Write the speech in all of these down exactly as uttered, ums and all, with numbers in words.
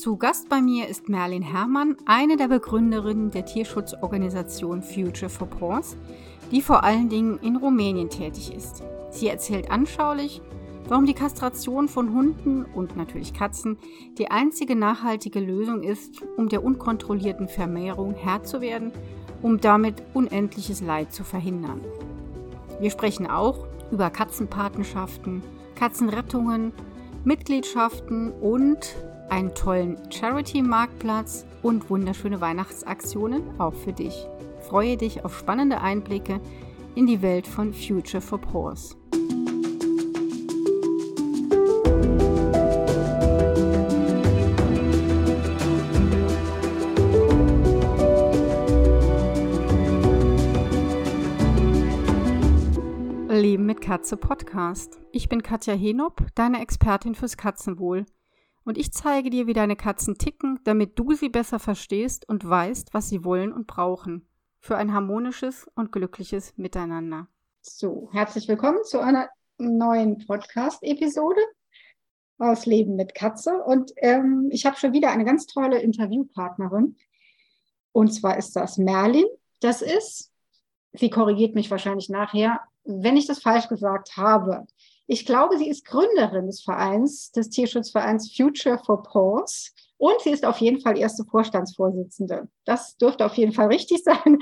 Zu Gast bei mir ist Merlin Herrmann, eine der Begründerinnen der Tierschutzorganisation Future for Paws, die vor allen Dingen in Rumänien tätig ist. Sie erzählt anschaulich, warum die Kastration von Hunden und natürlich Katzen die einzige nachhaltige Lösung ist, um der unkontrollierten Vermehrung Herr zu werden, um damit unendliches Leid zu verhindern. Wir sprechen auch über Katzenpatenschaften, Katzenrettungen, Mitgliedschaften und einen tollen Charity-Marktplatz und wunderschöne Weihnachtsaktionen auch für dich. Freue dich auf spannende Einblicke in die Welt von Future for Paws. Leben mit Katze Podcast. Ich bin Katja Henop, deine Expertin fürs Katzenwohl. Und ich zeige dir, wie deine Katzen ticken, damit du sie besser verstehst und weißt, was sie wollen und brauchen. Für ein harmonisches und glückliches Miteinander. So, herzlich willkommen zu einer neuen Podcast-Episode aus Leben mit Katze. Und ähm, ich habe schon wieder eine ganz tolle Interviewpartnerin. Und zwar ist das Merlin. Das ist, sie korrigiert mich wahrscheinlich nachher, wenn ich das falsch gesagt habe. Ich glaube, sie ist Gründerin des Vereins, des Tierschutzvereins Future for Paws. Und sie ist auf jeden Fall erste Vorstandsvorsitzende. Das dürfte auf jeden Fall richtig sein.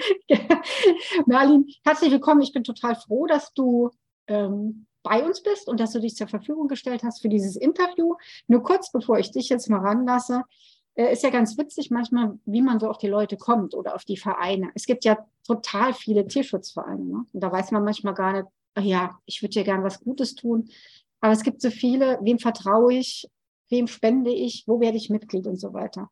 Merlin, herzlich willkommen. Ich bin total froh, dass du ähm, bei uns bist und dass du dich zur Verfügung gestellt hast für dieses Interview. Nur kurz, bevor ich dich jetzt mal ranlasse, äh, ist ja ganz witzig manchmal, wie man so auf die Leute kommt oder auf die Vereine. Es gibt ja total viele Tierschutzvereine, ne? Und da weiß man manchmal gar nicht, ach ja, ich würde dir gern was Gutes tun. Aber es gibt so viele, wem vertraue ich, wem spende ich, wo werde ich Mitglied und so weiter.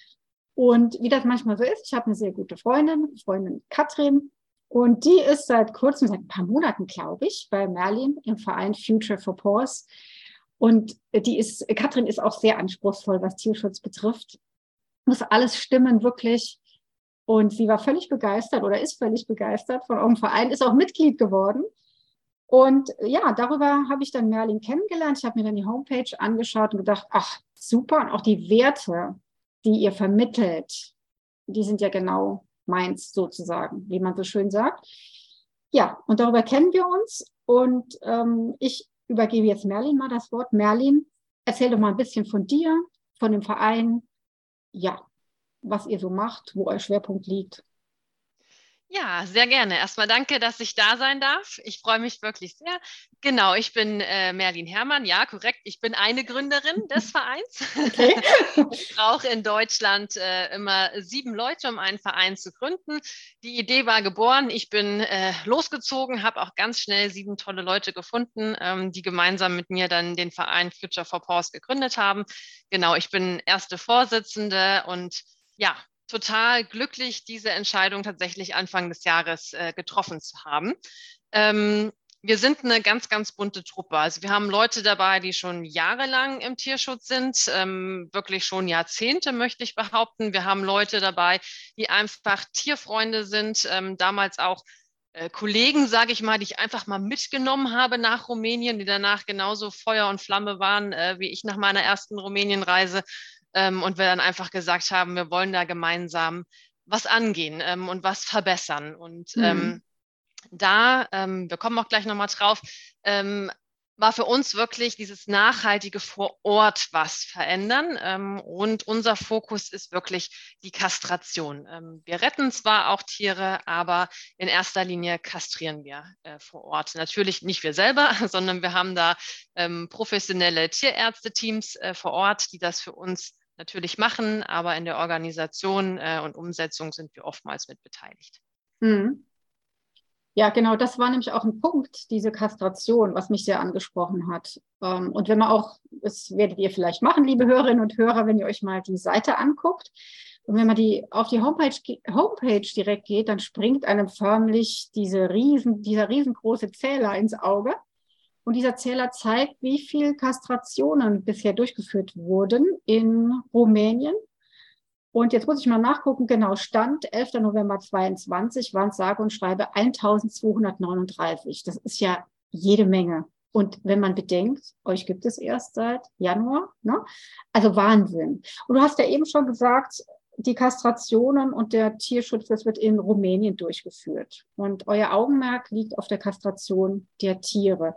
Und wie das manchmal so ist, ich habe eine sehr gute Freundin, Freundin Katrin, und die ist seit kurzem, seit ein paar Monaten, glaube ich, bei Merlin im Verein Future for Paws. Und die ist, Katrin ist auch sehr anspruchsvoll, was Tierschutz betrifft. Muss alles stimmen, wirklich. Und sie war völlig begeistert oder ist völlig begeistert von eurem Verein, ist auch Mitglied geworden. Und ja, darüber habe ich dann Merlin kennengelernt. Ich habe mir dann die Homepage angeschaut und gedacht, ach, super. Und auch die Werte, die ihr vermittelt, die sind ja genau meins sozusagen, wie man so schön sagt. Ja, und darüber kennen wir uns. Und ähm, ich übergebe jetzt Merlin mal das Wort. Merlin, erzähl doch mal ein bisschen von dir, von dem Verein, ja, was ihr so macht, wo euer Schwerpunkt liegt. Ja, sehr gerne. Erstmal danke, dass ich da sein darf. Ich freue mich wirklich sehr. Genau, ich bin äh, Merlin Herrmann. Ja, korrekt. Ich bin eine Gründerin des Vereins. Okay. Ich brauche in Deutschland äh, immer sieben Leute, um einen Verein zu gründen. Die Idee war geboren. Ich bin äh, losgezogen, habe auch ganz schnell sieben tolle Leute gefunden, ähm, die gemeinsam mit mir dann den Verein Future for Paws gegründet haben. Genau, ich bin erste Vorsitzende und ja, total glücklich, diese Entscheidung tatsächlich Anfang des Jahres äh, getroffen zu haben. Ähm, wir sind eine ganz, ganz bunte Truppe. Also wir haben Leute dabei, die schon jahrelang im Tierschutz sind, ähm, wirklich schon Jahrzehnte, möchte ich behaupten. Wir haben Leute dabei, die einfach Tierfreunde sind, ähm, damals auch äh, Kollegen, sage ich mal, die ich einfach mal mitgenommen habe nach Rumänien, die danach genauso Feuer und Flamme waren, äh, wie ich nach meiner ersten Rumänienreise. Ähm, und wir dann einfach gesagt haben, wir wollen da gemeinsam was angehen ähm, und was verbessern. Und mhm. ähm, da, ähm, wir kommen auch gleich nochmal drauf, ähm, war für uns wirklich dieses nachhaltige vor Ort was verändern. Ähm, und unser Fokus ist wirklich die Kastration. Ähm, wir retten zwar auch Tiere, aber in erster Linie kastrieren wir äh, vor Ort. Natürlich nicht wir selber, sondern wir haben da ähm, professionelle Tierärzte-Teams äh, vor Ort, die das für uns natürlich machen, aber in der Organisation äh, und Umsetzung sind wir oftmals mit beteiligt. Mhm. Ja, genau, das war nämlich auch ein Punkt, diese Kastration, was mich sehr angesprochen hat. Und wenn man auch, das werdet ihr vielleicht machen, liebe Hörerinnen und Hörer, wenn ihr euch mal die Seite anguckt und wenn man die auf die Homepage, Homepage direkt geht, dann springt einem förmlich diese riesen, dieser riesengroße Zähler ins Auge. Und dieser Zähler zeigt, wie viele Kastrationen bisher durchgeführt wurden in Rumänien. Und jetzt muss ich mal nachgucken, genau, Stand elfter November zweiundzwanzig waren es sage und schreibe eintausendzweihundertneununddreißig. Das ist ja jede Menge. Und wenn man bedenkt, euch gibt es erst seit Januar, ne? Also Wahnsinn. Und du hast ja eben schon gesagt, die Kastrationen und der Tierschutz, das wird in Rumänien durchgeführt. Und euer Augenmerk liegt auf der Kastration der Tiere.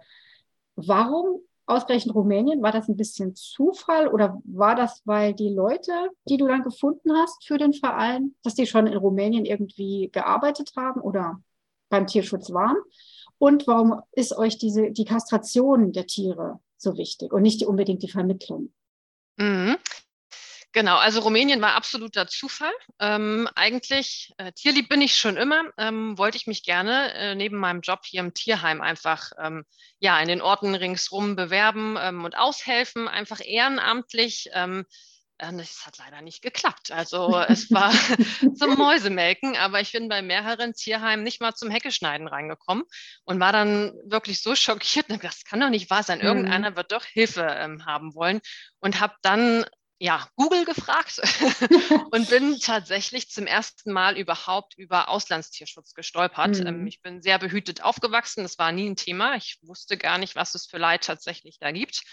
Warum ausgerechnet Rumänien? War das ein bisschen Zufall oder war das, weil die Leute, die du dann gefunden hast für den Verein, dass die schon in Rumänien irgendwie gearbeitet haben oder beim Tierschutz waren? Und warum ist euch diese, die Kastration der Tiere so wichtig und nicht die, unbedingt die Vermittlung? Mhm. Genau, also Rumänien war absoluter Zufall. Ähm, eigentlich, äh, tierlieb bin ich schon immer, ähm, wollte ich mich gerne äh, neben meinem Job hier im Tierheim einfach ähm, ja, in den Orten ringsrum bewerben ähm, und aushelfen, einfach ehrenamtlich. Ähm, äh, das hat leider nicht geklappt. Also es war zum Mäusemelken, aber ich bin bei mehreren Tierheimen nicht mal zum Heckeschneiden reingekommen und war dann wirklich so schockiert. Das kann doch nicht wahr sein. Mhm. Irgendeiner wird doch Hilfe ähm, haben wollen und habe dann ja, Google gefragt und bin tatsächlich zum ersten Mal überhaupt über Auslandstierschutz gestolpert. Ähm, Mhm. ich bin sehr behütet aufgewachsen, das war nie ein Thema. Ich wusste gar nicht, was es für Leid tatsächlich da gibt.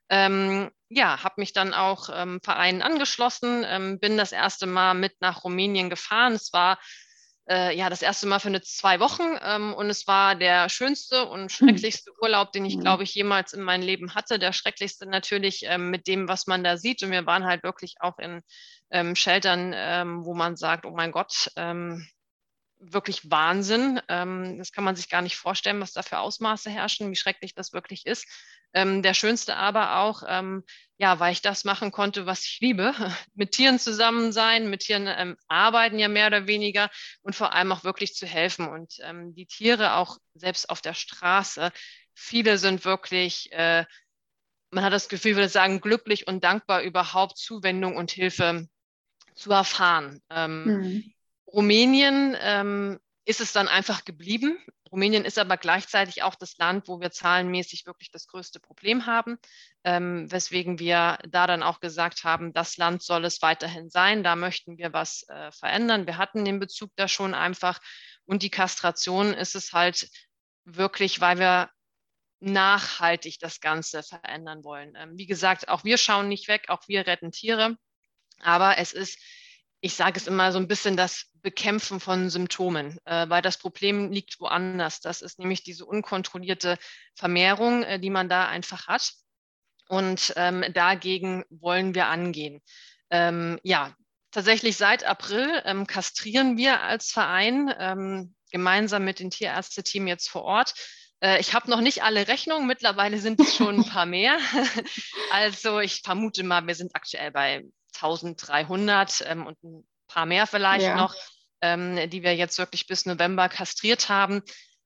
Ähm, ja, habe mich dann auch ähm, Vereinen angeschlossen, ähm, bin das erste Mal mit nach Rumänien gefahren. Es war äh, ja das erste Mal für eine zwei Wochen ähm, und es war der schönste und schrecklichste Urlaub, den ich, Mhm. glaube ich, jemals in meinem Leben hatte. Der schrecklichste natürlich ähm, mit dem, was man da sieht. Und wir waren halt wirklich auch in ähm, Sheltern, ähm, wo man sagt, oh mein Gott, ähm, wirklich Wahnsinn. Ähm, das kann man sich gar nicht vorstellen, was da für Ausmaße herrschen, wie schrecklich das wirklich ist. Ähm, der schönste aber auch, ähm, ja, weil ich das machen konnte, was ich liebe, mit Tieren zusammen sein, mit Tieren ähm, arbeiten ja mehr oder weniger und vor allem auch wirklich zu helfen. Und ähm, die Tiere auch selbst auf der Straße, viele sind wirklich, äh, man hat das Gefühl, ich würde sagen, glücklich und dankbar, überhaupt Zuwendung und Hilfe zu erfahren. Ähm, Mhm. Rumänien ähm, ist es dann einfach geblieben. Rumänien ist aber gleichzeitig auch das Land, wo wir zahlenmäßig wirklich das größte Problem haben, ähm, weswegen wir da dann auch gesagt haben, das Land soll es weiterhin sein. Da möchten wir was äh, verändern. Wir hatten den Bezug da schon einfach. Und die Kastration ist es halt wirklich, weil wir nachhaltig das Ganze verändern wollen. Ähm, wie gesagt, auch wir schauen nicht weg, auch wir retten Tiere. Aber es ist, ich sage es immer so ein bisschen das Bekämpfen von Symptomen, äh, weil das Problem liegt woanders. Das ist nämlich diese unkontrollierte Vermehrung, äh, die man da einfach hat. Und ähm, dagegen wollen wir angehen. Ähm, ja, tatsächlich seit April ähm, kastrieren wir als Verein ähm, gemeinsam mit dem Tierärzteteam jetzt vor Ort. Äh, ich habe noch nicht alle Rechnungen, mittlerweile sind es schon ein paar mehr. Also ich vermute mal, wir sind aktuell bei eintausenddreihundert ähm, und ein paar mehr vielleicht Ja. noch, ähm, die wir jetzt wirklich bis November kastriert haben.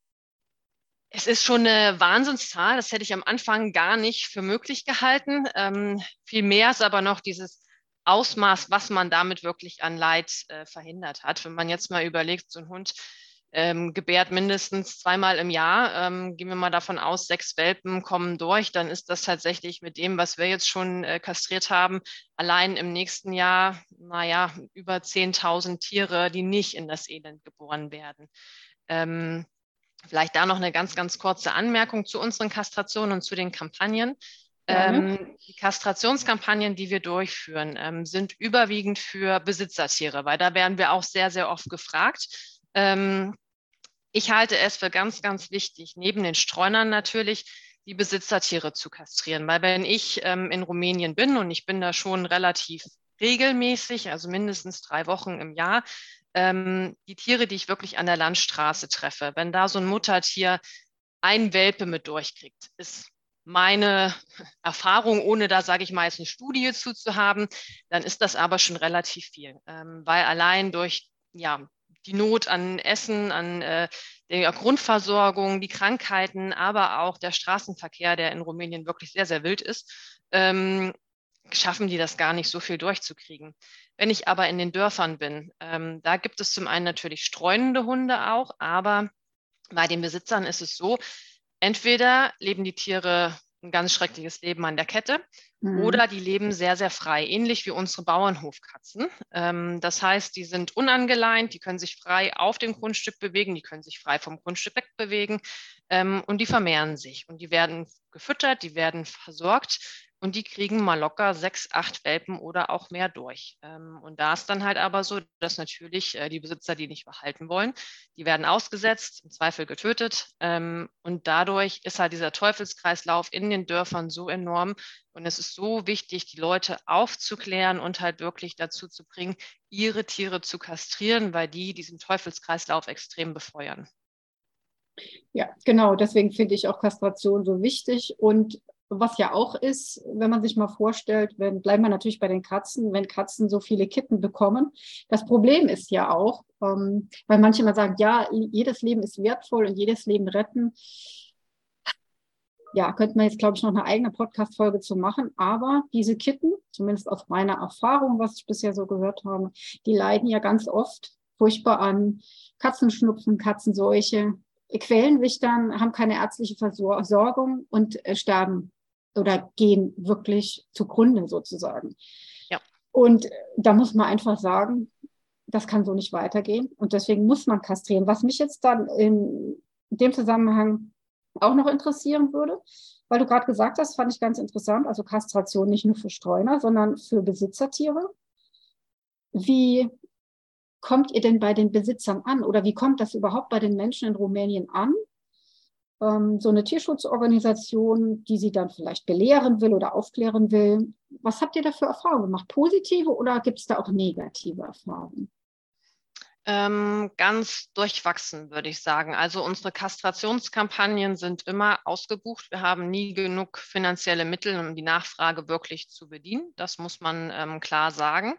Es ist schon eine Wahnsinnszahl, das hätte ich am Anfang gar nicht für möglich gehalten. Ähm, viel mehr ist aber noch dieses Ausmaß, was man damit wirklich an Leid äh, verhindert hat. Wenn man jetzt mal überlegt, so ein Hund ähm, gebärt mindestens zweimal im Jahr, ähm, gehen wir mal davon aus, sechs Welpen kommen durch, dann ist das tatsächlich mit dem, was wir jetzt schon äh, kastriert haben, allein im nächsten Jahr, naja, über zehntausend Tiere, die nicht in das Elend geboren werden. Ähm, Vielleicht da noch eine ganz, ganz kurze Anmerkung zu unseren Kastrationen und zu den Kampagnen. Gerne. Ähm, die Kastrationskampagnen, die wir durchführen, ähm, sind überwiegend für Besitzertiere, weil da werden wir auch sehr, sehr oft gefragt. Ähm, ich halte es für ganz, ganz wichtig, neben den Streunern natürlich, die Besitzertiere zu kastrieren, weil wenn ich ähm, in Rumänien bin und ich bin da schon relativ regelmäßig, also mindestens drei Wochen im Jahr, ähm, die Tiere, die ich wirklich an der Landstraße treffe, wenn da so ein Muttertier ein Welpe mit durchkriegt, ist meine Erfahrung, ohne da, sage ich mal, jetzt eine Studie zu, zu haben, dann ist das aber schon relativ viel, ähm, weil allein durch ja, die Not an Essen, an äh, der Grundversorgung, die Krankheiten, aber auch der Straßenverkehr, der in Rumänien wirklich sehr, sehr wild ist, ähm, schaffen die das gar nicht so viel durchzukriegen. Wenn ich aber in den Dörfern bin, ähm, da gibt es zum einen natürlich streunende Hunde auch, aber bei den Besitzern ist es so, entweder leben die Tiere ein ganz schreckliches Leben an der Kette. Mhm. Oder die leben sehr, sehr frei, ähnlich wie unsere Bauernhofkatzen. Ähm, das heißt, die sind unangeleint, die können sich frei auf dem Grundstück bewegen, die können sich frei vom Grundstück wegbewegen ähm, und die vermehren sich. Und die werden gefüttert, die werden versorgt und die kriegen mal locker sechs, acht Welpen oder auch mehr durch. Ähm, und da ist dann halt aber so, dass natürlich äh, die Besitzer die nicht behalten wollen, die werden ausgesetzt, im Zweifel getötet. Ähm, und dadurch ist halt dieser Teufelskreislauf in den Dörfern so enorm. Und es ist so wichtig, die Leute aufzuklären und halt wirklich dazu zu bringen, ihre Tiere zu kastrieren, weil die diesen Teufelskreislauf extrem befeuern. Ja, genau. Deswegen finde ich auch Kastration so wichtig. Und was ja auch ist, wenn man sich mal vorstellt, wenn, bleiben wir natürlich bei den Katzen, wenn Katzen so viele Kitten bekommen. Das Problem ist ja auch, ähm, weil manche immer sagen, ja, jedes Leben ist wertvoll und jedes Leben retten. Ja, könnte man jetzt, glaube ich, noch eine eigene Podcast-Folge zu machen. Aber diese Kitten, zumindest aus meiner Erfahrung, was ich bisher so gehört habe, die leiden ja ganz oft furchtbar an Katzenschnupfen, Katzenseuche, Quellenwichtern, haben keine ärztliche Versorgung und äh, sterben oder gehen wirklich zugrunde sozusagen. Ja. Und da muss man einfach sagen, das kann so nicht weitergehen. Und deswegen muss man kastrieren. Was mich jetzt dann in dem Zusammenhang auch noch interessieren würde, weil du gerade gesagt hast, fand ich ganz interessant, also Kastration nicht nur für Streuner, sondern für Besitzertiere. Wie kommt ihr denn bei den Besitzern an oder wie kommt das überhaupt bei den Menschen in Rumänien an? Ähm, so eine Tierschutzorganisation, die sie dann vielleicht belehren will oder aufklären will. Was habt ihr da für Erfahrungen gemacht? Positive oder gibt es da auch negative Erfahrungen? Ähm, ganz durchwachsen, würde ich sagen. Also unsere Kastrationskampagnen sind immer ausgebucht. Wir haben nie genug finanzielle Mittel, um die Nachfrage wirklich zu bedienen. Das muss man ähm, klar sagen.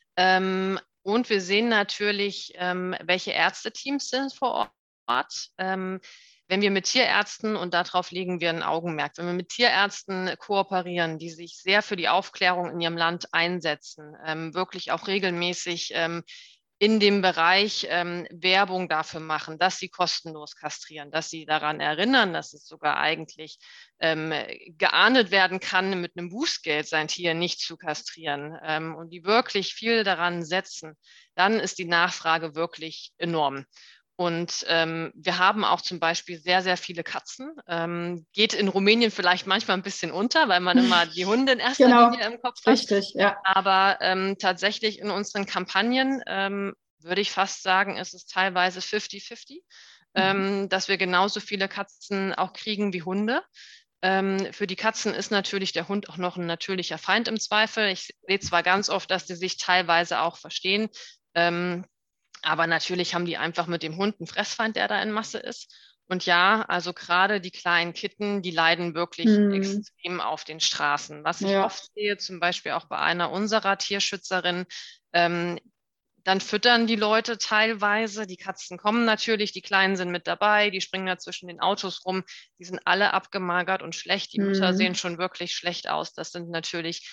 Ähm, und wir sehen natürlich, ähm, welche Ärzteteams sind vor Ort. Ähm, wenn wir mit Tierärzten, und darauf legen wir ein Augenmerk, wenn wir mit Tierärzten kooperieren, die sich sehr für die Aufklärung in ihrem Land einsetzen, ähm, wirklich auch regelmäßig ähm, in dem Bereich ähm, Werbung dafür machen, dass sie kostenlos kastrieren, dass sie daran erinnern, dass es sogar eigentlich ähm, geahndet werden kann, mit einem Bußgeld sein Tier nicht zu kastrieren ähm, und die wirklich viel daran setzen, dann ist die Nachfrage wirklich enorm. Und ähm, wir haben auch zum Beispiel sehr, sehr viele Katzen. Ähm, geht in Rumänien vielleicht manchmal ein bisschen unter, weil man immer die Hunde in erster Genau, Linie im Kopf hat. richtig, ja. Aber ähm, tatsächlich in unseren Kampagnen ähm, würde ich fast sagen, ist es teilweise fifty fifty, mhm. ähm, dass wir genauso viele Katzen auch kriegen wie Hunde. Ähm, für die Katzen ist natürlich der Hund auch noch ein natürlicher Feind im Zweifel. Ich sehe zwar ganz oft, dass die sich teilweise auch verstehen, ähm, aber natürlich haben die einfach mit dem Hund einen Fressfeind, der da in Masse ist. Und ja, also gerade die kleinen Kitten, die leiden wirklich hm. extrem auf den Straßen. Was ich ja. oft sehe, zum Beispiel auch bei einer unserer Tierschützerinnen, ähm, dann füttern die Leute teilweise. Die Katzen kommen natürlich, die Kleinen sind mit dabei, die springen da zwischen den Autos rum. Die sind alle abgemagert und schlecht. Die hm. Mütter sehen schon wirklich schlecht aus. Das sind natürlich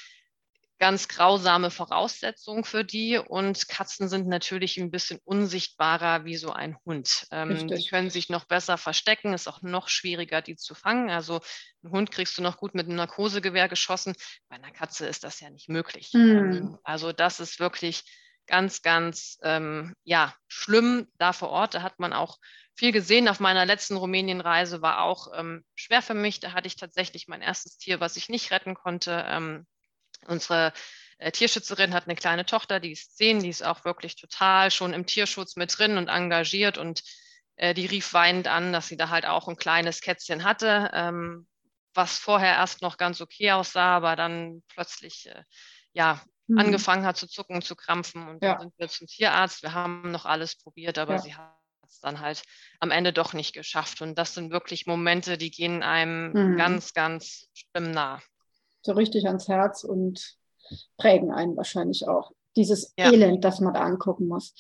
ganz grausame Voraussetzungen für die und Katzen sind natürlich ein bisschen unsichtbarer wie so ein Hund. Ähm, die können sich noch besser verstecken, ist auch noch schwieriger, die zu fangen. Also einen Hund kriegst du noch gut mit einem Narkosegewehr geschossen. Bei einer Katze ist das ja nicht möglich. Mhm. Ähm, also das ist wirklich ganz, ganz ähm, ja, schlimm da vor Ort. Da hat man auch viel gesehen. Auf meiner letzten Rumänienreise war auch ähm, schwer für mich. Da hatte ich tatsächlich mein erstes Tier, was ich nicht retten konnte. Ähm, Unsere äh, Tierschützerin hat eine kleine Tochter, die ist zehn, die ist auch wirklich total schon im Tierschutz mit drin und engagiert und äh, die rief weinend an, dass sie da halt auch ein kleines Kätzchen hatte, ähm, was vorher erst noch ganz okay aussah, aber dann plötzlich äh, ja, mhm. angefangen hat zu zucken, zu krampfen und ja. dann sind wir zum Tierarzt. Wir haben noch alles probiert, aber ja. sie hat es dann halt am Ende doch nicht geschafft und das sind wirklich Momente, die gehen einem mhm. ganz, ganz schlimm nah. So richtig ans Herz und prägen einen wahrscheinlich auch. Dieses ja. Elend, das man da angucken muss.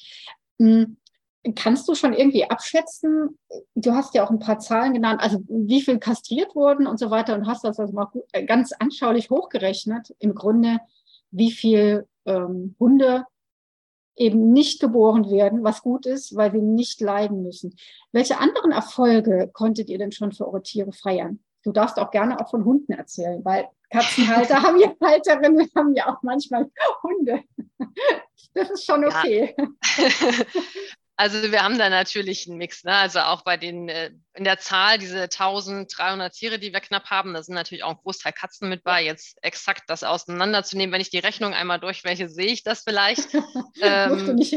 Kannst du schon irgendwie abschätzen, du hast ja auch ein paar Zahlen genannt, also wie viel kastriert wurden und so weiter und hast das also mal ganz anschaulich hochgerechnet, im Grunde, wie viel ähm, Hunde eben nicht geboren werden, was gut ist, weil sie nicht leiden müssen. Welche anderen Erfolge konntet ihr denn schon für eure Tiere feiern? du darfst auch gerne auch von Hunden erzählen, weil Katzenhalter haben ja Halterinnen, haben ja auch manchmal Hunde. Das ist schon okay. Ja. Also wir haben da natürlich einen Mix, ne? Also auch bei den, äh, in der Zahl, diese eintausenddreihundert Tiere, die wir knapp haben, da sind natürlich auch ein Großteil Katzen mit bei. Jetzt exakt das auseinanderzunehmen, wenn ich die Rechnung einmal durchwelche, sehe ich das vielleicht. ähm, Musst du nicht.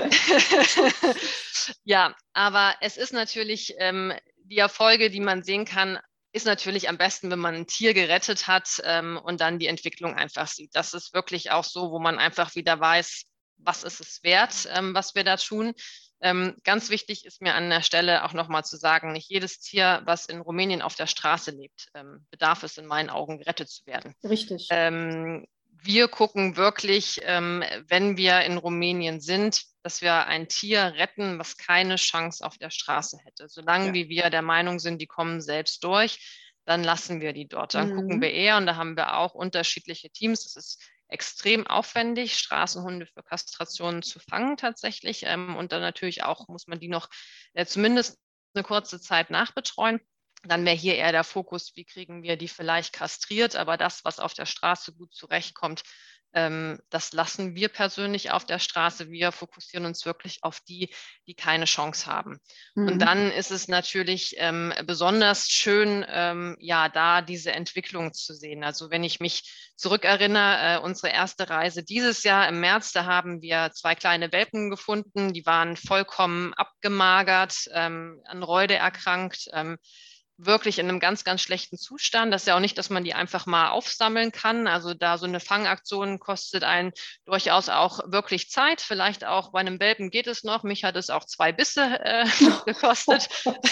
Ja, aber es ist natürlich, ähm, die Erfolge, die man sehen kann, ist natürlich am besten, wenn man ein Tier gerettet hat ähm, und dann die Entwicklung einfach sieht. Das ist wirklich auch so, wo man einfach wieder weiß, was ist es wert, ähm, was wir da tun. Ähm, ganz wichtig ist mir an der Stelle auch nochmal zu sagen, nicht jedes Tier, was in Rumänien auf der Straße lebt, ähm, bedarf es in meinen Augen gerettet zu werden. Richtig. Ähm, wir gucken wirklich, ähm, wenn wir in Rumänien sind, dass wir ein Tier retten, was keine Chance auf der Straße hätte. Solange Ja. wie wir der Meinung sind, die kommen selbst durch, dann lassen wir die dort. Dann Mhm. gucken wir eher, und da haben wir auch unterschiedliche Teams. Das ist extrem aufwendig, Straßenhunde für Kastrationen zu fangen tatsächlich. Ähm, und dann natürlich auch muss man die noch äh, zumindest eine kurze Zeit nachbetreuen. Dann wäre hier eher der Fokus, wie kriegen wir die vielleicht kastriert, aber das, was auf der Straße gut zurechtkommt, ähm, das lassen wir persönlich auf der Straße. Wir fokussieren uns wirklich auf die, die keine Chance haben. Mhm. Und dann ist es natürlich ähm, besonders schön, ähm, ja, da diese Entwicklung zu sehen. Also wenn ich mich zurückerinnere, äh, unsere erste Reise dieses Jahr im März, da haben wir zwei kleine Welpen gefunden, die waren vollkommen abgemagert, ähm, an Reude erkrankt, ähm, wirklich in einem ganz, ganz schlechten Zustand. Das ist ja auch nicht, dass man die einfach mal aufsammeln kann. Also da so eine Fangaktion kostet einen durchaus auch wirklich Zeit. Vielleicht auch bei einem Welpen geht es noch. Mich hat es auch zwei Bisse äh, gekostet.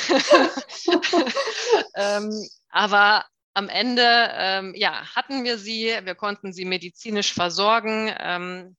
ähm, aber am Ende ähm, ja, hatten wir sie. Wir konnten sie medizinisch versorgen. Ähm,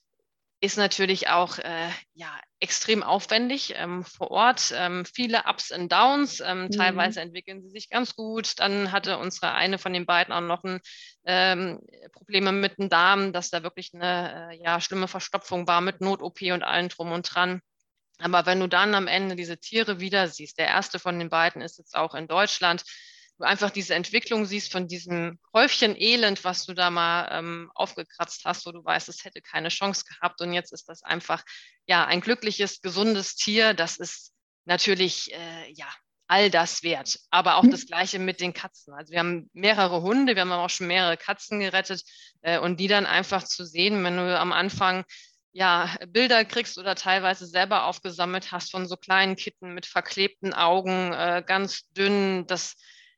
ist natürlich auch äh, ja, extrem aufwendig ähm, vor Ort. Ähm, viele Ups und Downs. Ähm, mhm. Teilweise entwickeln sie sich ganz gut. Dann hatte unsere eine von den beiden auch noch ein, ähm, Probleme mit dem Darm, dass da wirklich eine äh, ja, schlimme Verstopfung war mit Not-O P und allem drum und dran. Aber wenn du dann am Ende diese Tiere wieder siehst, der erste von den beiden ist jetzt auch in Deutschland, du einfach diese Entwicklung siehst von diesem Häufchen Elend, was du da mal ähm, aufgekratzt hast, wo du weißt, es hätte keine Chance gehabt, und jetzt ist das einfach ja ein glückliches, gesundes Tier. Das ist natürlich äh, ja all das wert. Aber auch das Gleiche mit den Katzen. Also wir haben mehrere Hunde, wir haben auch schon mehrere Katzen gerettet äh, und die dann einfach zu sehen, wenn du am Anfang ja, Bilder kriegst oder teilweise selber aufgesammelt hast von so kleinen Kitten mit verklebten Augen, äh, ganz dünn, das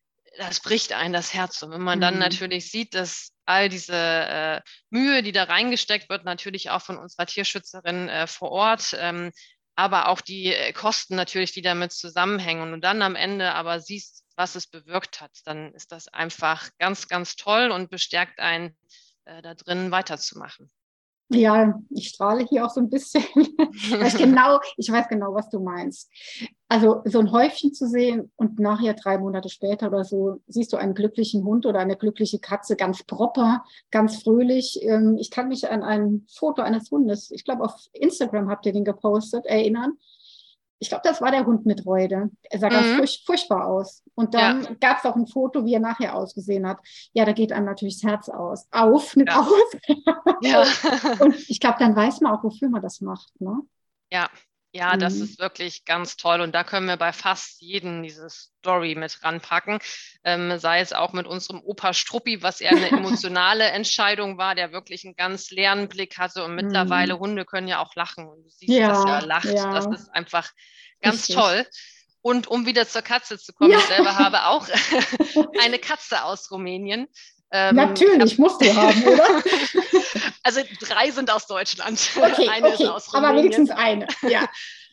das bricht einem das Herz. Und wenn man dann mhm. natürlich sieht, dass all diese äh, Mühe, die da reingesteckt wird, natürlich auch von unserer Tierschützerin äh, vor Ort, ähm, aber auch die äh, Kosten natürlich, die damit zusammenhängen, und du dann am Ende aber siehst, was es bewirkt hat, dann ist das einfach ganz, ganz toll und bestärkt einen, äh, da drin weiterzumachen. Ja, ich strahle hier auch so ein bisschen, weil ich genau, ich weiß genau, was du meinst. Also so ein Häufchen zu sehen und nachher drei Monate später oder so siehst du einen glücklichen Hund oder eine glückliche Katze, ganz proper, ganz fröhlich. Ich kann mich an ein Foto eines Hundes, ich glaube auf Instagram habt ihr den gepostet, erinnern. Ich glaube, das war der Hund mit Reude. Er sah mhm. ganz furch- furchtbar aus. Und dann ja. gab es auch ein Foto, wie er nachher ausgesehen hat. Ja, da geht einem natürlich das Herz aus. Auf, nicht ja. aus. Ja. Und ich glaube, dann weiß man auch, wofür man das macht. Ne? Ja, ja, mhm. das ist wirklich ganz toll. Und da können wir bei fast jedem diese Story mit ranpacken. Ähm, sei es auch mit unserem Opa Struppi, was eher eine emotionale Entscheidung war, der wirklich einen ganz leeren Blick hatte. Und mittlerweile, mhm. Hunde können ja auch lachen. Und du siehst, ja, dass er lacht. Ja. Das ist einfach ganz Richtig. toll. Und um wieder zur Katze zu kommen, ja. ich selber habe auch eine Katze aus Rumänien. Ähm, Natürlich, hab, musst du haben, oder? Also drei sind aus Deutschland. Okay, eine okay, ist aus Rumänien. Aber wenigstens eine, ja.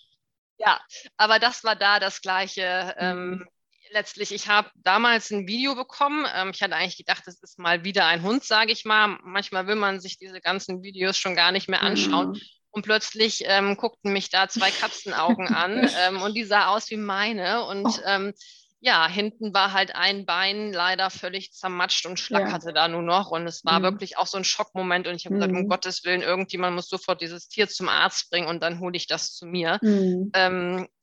Ja, aber das war da das Gleiche. Ähm, mhm. Letztlich, ich habe damals ein Video bekommen. Ähm, ich hatte eigentlich gedacht, es ist mal wieder ein Hund, sage ich mal. Manchmal will man sich diese ganzen Videos schon gar nicht mehr anschauen. Mhm. Und plötzlich ähm, guckten mich da zwei Katzenaugen an ähm, und die sah aus wie meine. Und oh. ähm, ja, hinten war halt ein Bein leider völlig zermatscht und schlackerte ja. da nur noch. Und es war mhm. wirklich auch so ein Schockmoment. Und ich habe mhm. gesagt, um Gottes Willen, irgendjemand muss sofort dieses Tier zum Arzt bringen und dann hole ich das zu mir. Mhm. Ähm,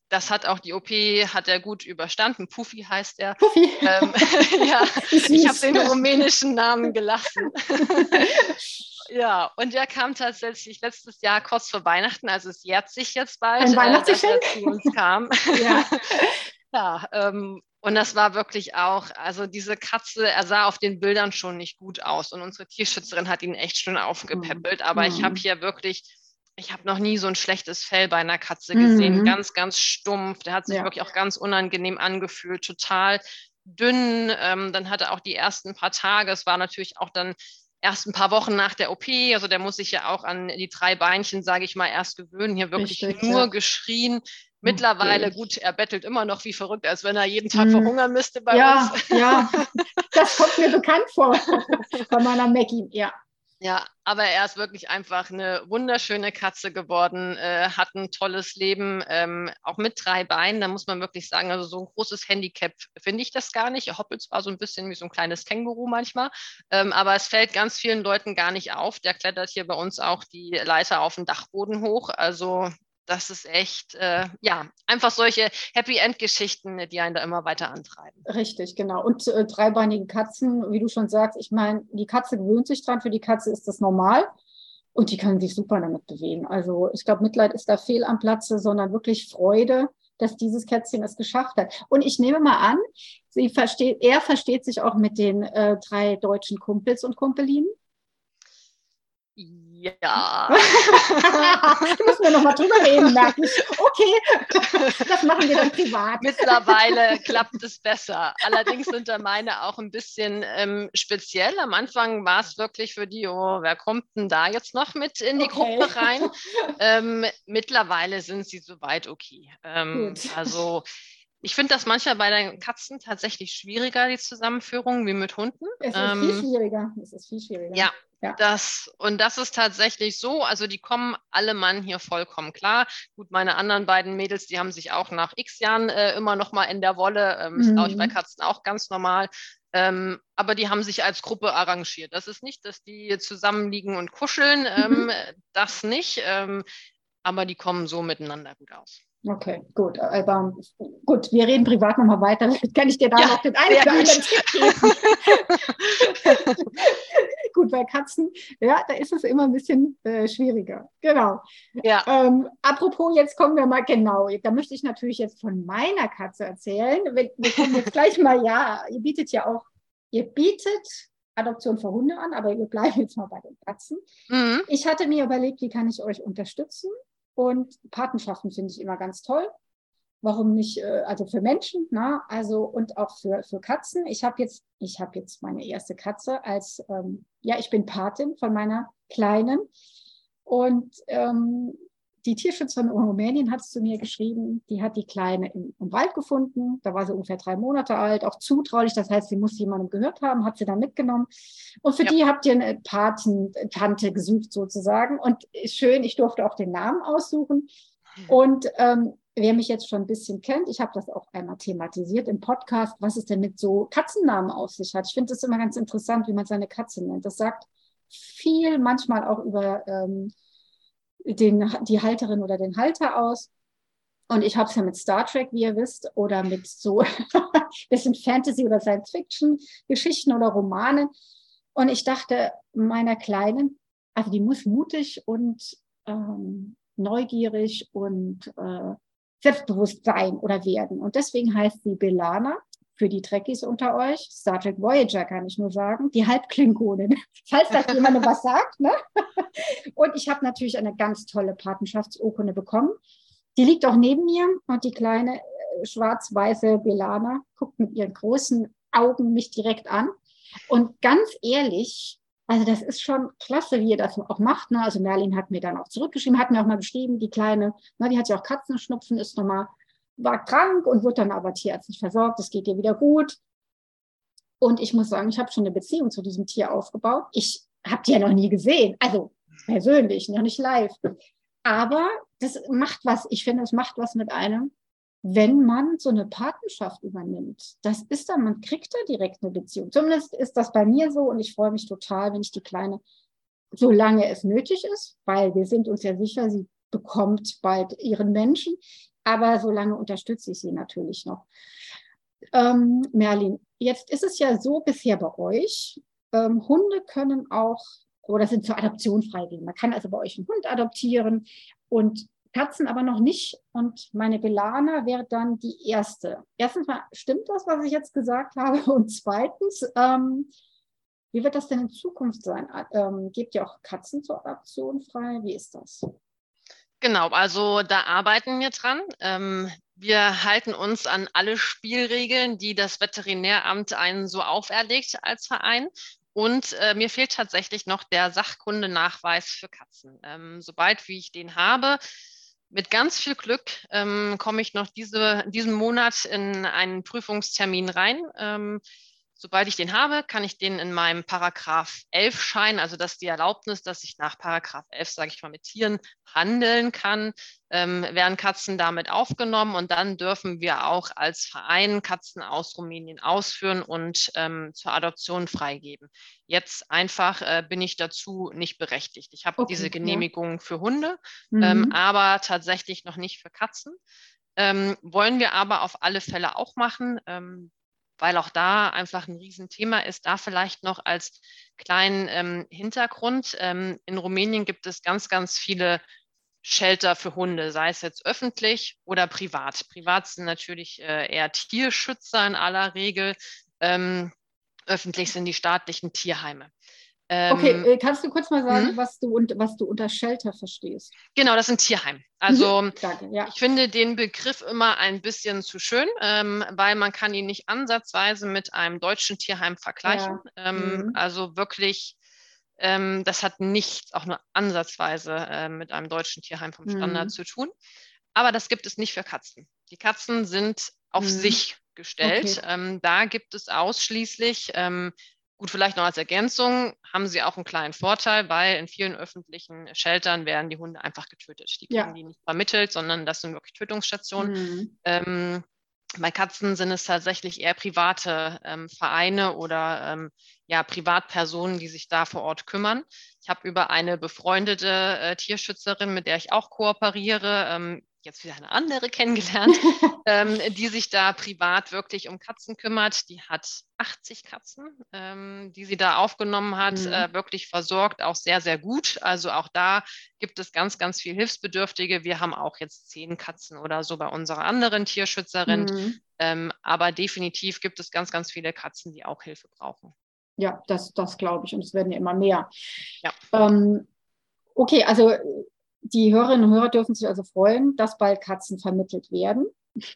das hat auch die O P, hat er gut überstanden. Puffy heißt er. Puffy. Ähm, ja, ich habe den rumänischen Namen gelassen. Ja, und der kam tatsächlich letztes Jahr kurz vor Weihnachten, also es jährt sich jetzt bald, Ein äh, dass Weihnachtsgeschenk? er zu uns kam. Ja. Ja, ähm, und das war wirklich auch, also diese Katze, er sah auf den Bildern schon nicht gut aus und unsere Tierschützerin hat ihn echt schon aufgepäppelt, aber Mhm. ich habe hier wirklich, ich habe noch nie so ein schlechtes Fell bei einer Katze gesehen, Mhm. ganz, ganz stumpf, der hat sich Ja. wirklich auch ganz unangenehm angefühlt, total dünn, ähm, dann hatte er auch die ersten paar Tage, es war natürlich auch dann erst ein paar Wochen nach der O P, also der muss sich ja auch an die drei Beinchen, sage ich mal, erst gewöhnen, hier wirklich Richtig, nur ja. geschrien. Mittlerweile, Okay. gut, er bettelt immer noch wie verrückt, als wenn er jeden Tag Mm. verhungern müsste bei Ja, uns. ja, das kommt mir bekannt vor, von meiner Maggie, ja. Ja, aber er ist wirklich einfach eine wunderschöne Katze geworden, äh, hat ein tolles Leben, ähm, auch mit drei Beinen. Da muss man wirklich sagen, also so ein großes Handicap finde ich das gar nicht. Er hoppelt zwar so ein bisschen wie so ein kleines Känguru manchmal, ähm, aber es fällt ganz vielen Leuten gar nicht auf. Der klettert hier bei uns auch die Leiter auf den Dachboden hoch. Also das ist echt, äh, ja, einfach solche Happy-End-Geschichten, die einen da immer weiter antreiben. Richtig, genau. Und äh, dreibeinige Katzen, wie du schon sagst, ich meine, die Katze gewöhnt sich dran, für die Katze ist das normal und die kann sich super damit bewegen. Also ich glaube, Mitleid ist da fehl am Platze, sondern wirklich Freude, dass dieses Kätzchen es geschafft hat. Und ich nehme mal an, sie versteht, er versteht sich auch mit den äh, drei deutschen Kumpels und Kumpelinen. Ja. Da müssen wir nochmal drüber reden, merke ich. Okay, das machen wir dann privat. Mittlerweile klappt es besser. Allerdings sind da meine auch ein bisschen ähm, speziell. Am Anfang war es wirklich für die, oh, wer kommt denn da jetzt noch mit in die Okay. Gruppe rein? Ähm, mittlerweile sind sie soweit okay. Ähm, Gut. also ich finde das manchmal bei den Katzen tatsächlich schwieriger, die Zusammenführung, wie mit Hunden. Es ist ähm, viel schwieriger. Es ist viel schwieriger. Ja, Ja. Das, und das ist tatsächlich so, also die kommen alle Mann hier vollkommen klar. Gut, meine anderen beiden Mädels, die haben sich auch nach x Jahren äh, immer noch mal in der Wolle, ähm, ist glaube ich bei Mhm. Katzen auch ganz normal, ähm, aber die haben sich als Gruppe arrangiert. Das ist nicht, dass die zusammenliegen und kuscheln, ähm, Mhm. das nicht, ähm, aber die kommen so miteinander gut aus. Okay, gut. Aber gut, wir reden privat nochmal weiter. Vielleicht kann ich dir da Ja, noch den einen sehr oder anderen gut. Tipp geben. Gut, bei Katzen, ja, da ist es immer ein bisschen äh, schwieriger. Genau. Ja. Ähm, apropos, jetzt kommen wir mal, genau, da möchte ich natürlich jetzt von meiner Katze erzählen. Wir, wir kommen jetzt gleich mal, ja, ihr bietet ja auch, ihr bietet Adoption für Hunde an, aber wir bleiben jetzt mal bei den Katzen. Mhm. Ich hatte mir überlegt, wie kann ich euch unterstützen? Und Patenschaften finde ich immer ganz toll. Warum nicht, äh, also für Menschen, na, also und auch für, für Katzen. Ich habe jetzt, ich habe jetzt meine erste Katze als, ähm, ja, ich bin Patin von meiner Kleinen. Und ähm, die Tierschützerin in Rumänien hat es zu mir geschrieben, die hat die Kleine im, im Wald gefunden. Da war sie ungefähr drei Monate alt, auch zutraulich. Das heißt, sie muss jemandem gehört haben, hat sie dann mitgenommen. Und für Ja. die habt ihr eine Patentante gesucht sozusagen. Und schön, ich durfte auch den Namen aussuchen. Und ähm, wer mich jetzt schon ein bisschen kennt, ich habe das auch einmal thematisiert im Podcast, was es denn mit so Katzennamen auf sich hat. Ich finde das immer ganz interessant, wie man seine Katze nennt. Das sagt viel manchmal auch über ähm, den, die Halterin oder den Halter aus. Und ich habe es ja mit Star Trek, wie ihr wisst, oder mit so bisschen Fantasy- oder Science-Fiction-Geschichten oder Romanen. Und ich dachte, meiner Kleinen, also die muss mutig und ähm, neugierig und äh, selbstbewusst sein oder werden. Und deswegen heißt sie B'Elanna, für die Trekkies unter euch, Star Trek Voyager kann ich nur sagen, die Halbklingonin, falls das jemandem was sagt. Ne? Und ich habe natürlich eine ganz tolle Patenschaftsurkunde bekommen. Die liegt auch neben mir und die kleine äh, schwarz-weiße B'Elanna guckt mit ihren großen Augen mich direkt an. Und ganz ehrlich, also das ist schon klasse, wie ihr das auch macht. Ne? Also Merlin hat mir dann auch zurückgeschrieben, hat mir auch mal geschrieben, die Kleine, ne, die hat ja auch Katzenschnupfen, ist nochmal, war krank und wird dann aber tierärztlich versorgt, es geht ihr wieder gut. Und ich muss sagen, ich habe schon eine Beziehung zu diesem Tier aufgebaut. Ich habe die ja noch nie gesehen, also persönlich, noch nicht live. Aber das macht was, ich finde, es macht was mit einem, wenn man so eine Patenschaft übernimmt. Das ist dann, man kriegt da direkt eine Beziehung. Zumindest ist das bei mir so und ich freue mich total, wenn ich die Kleine, solange es nötig ist, weil wir sind uns ja sicher, sie bekommt bald ihren Menschen. Aber solange unterstütze ich sie natürlich noch. Ähm, Merlin, jetzt ist es ja so bisher bei euch, ähm, Hunde können auch oder sind zur Adoption freigegeben. Man kann also bei euch einen Hund adoptieren und Katzen aber noch nicht. Und meine Belana wäre dann die erste. Erstens mal, stimmt das, was ich jetzt gesagt habe? Und zweitens, ähm, wie wird das denn in Zukunft sein? Ähm, gebt ihr auch Katzen zur Adoption frei? Wie ist das? Genau, also da arbeiten wir dran. Ähm, wir halten uns an alle Spielregeln, die das Veterinäramt einen so auferlegt als Verein. Und äh, mir fehlt tatsächlich noch der Sachkundenachweis für Katzen. Ähm, sobald wie ich den habe, mit ganz viel Glück ähm, komme ich noch diese, diesen Monat in einen Prüfungstermin rein. Ähm, sobald ich den habe, kann ich den in meinem Paragraph elf Schein, also das ist die Erlaubnis, dass ich nach Paragraph elf, sage ich mal, mit Tieren handeln kann, ähm, werden Katzen damit aufgenommen und dann dürfen wir auch als Verein Katzen aus Rumänien ausführen und ähm, zur Adoption freigeben. Jetzt einfach äh, bin ich dazu nicht berechtigt. Ich habe Okay, diese ja. Genehmigung für Hunde, Mhm. ähm, aber tatsächlich noch nicht für Katzen. Ähm, wollen wir aber auf alle Fälle auch machen, ähm, weil auch da einfach ein Riesenthema ist. Da vielleicht noch als kleinen ähm, Hintergrund. Ähm, in Rumänien gibt es ganz, ganz viele Shelter für Hunde, sei es jetzt öffentlich oder privat. Privat sind natürlich äh, eher Tierschützer in aller Regel. Ähm, öffentlich sind die staatlichen Tierheime. Okay, Ähm, äh, kannst du kurz mal sagen, hm? was du, und, was du unter Shelter verstehst? Genau, das sind Tierheim. Mhm. Also Danke, ja. ich finde den Begriff immer ein bisschen zu schön, ähm, weil man kann ihn nicht ansatzweise mit einem deutschen Tierheim vergleichen. Ja. Ähm, Mhm. also wirklich, ähm, das hat nichts auch nur ansatzweise äh, mit einem deutschen Tierheim vom Standard Mhm. zu tun. Aber das gibt es nicht für Katzen. Die Katzen sind auf Mhm. sich gestellt. Okay. Ähm, da gibt es ausschließlich, ähm, gut, vielleicht noch als Ergänzung, haben sie auch einen kleinen Vorteil, weil in vielen öffentlichen Sheltern werden die Hunde einfach getötet. Die kriegen Ja. die nicht vermittelt, sondern das sind wirklich Tötungsstationen. Mhm. Ähm, bei Katzen sind es tatsächlich eher private ähm, Vereine oder ähm, ja, Privatpersonen, die sich da vor Ort kümmern. Ich habe über eine befreundete äh, Tierschützerin, mit der ich auch kooperiere, ähm, jetzt wieder eine andere kennengelernt, ähm, die sich da privat wirklich um Katzen kümmert. Die hat achtzig Katzen, ähm, die sie da aufgenommen hat, Mhm. äh, wirklich versorgt, auch sehr, sehr gut. Also auch da gibt es ganz, ganz viel Hilfsbedürftige. Wir haben auch jetzt zehn Katzen oder so bei unserer anderen Tierschützerin. Mhm. Ähm, aber definitiv gibt es ganz, ganz viele Katzen, die auch Hilfe brauchen. Ja, das, das glaube ich. Und es werden ja immer mehr. Ja. Ähm, okay, also die Hörerinnen und Hörer dürfen sich also freuen, dass bald Katzen vermittelt werden.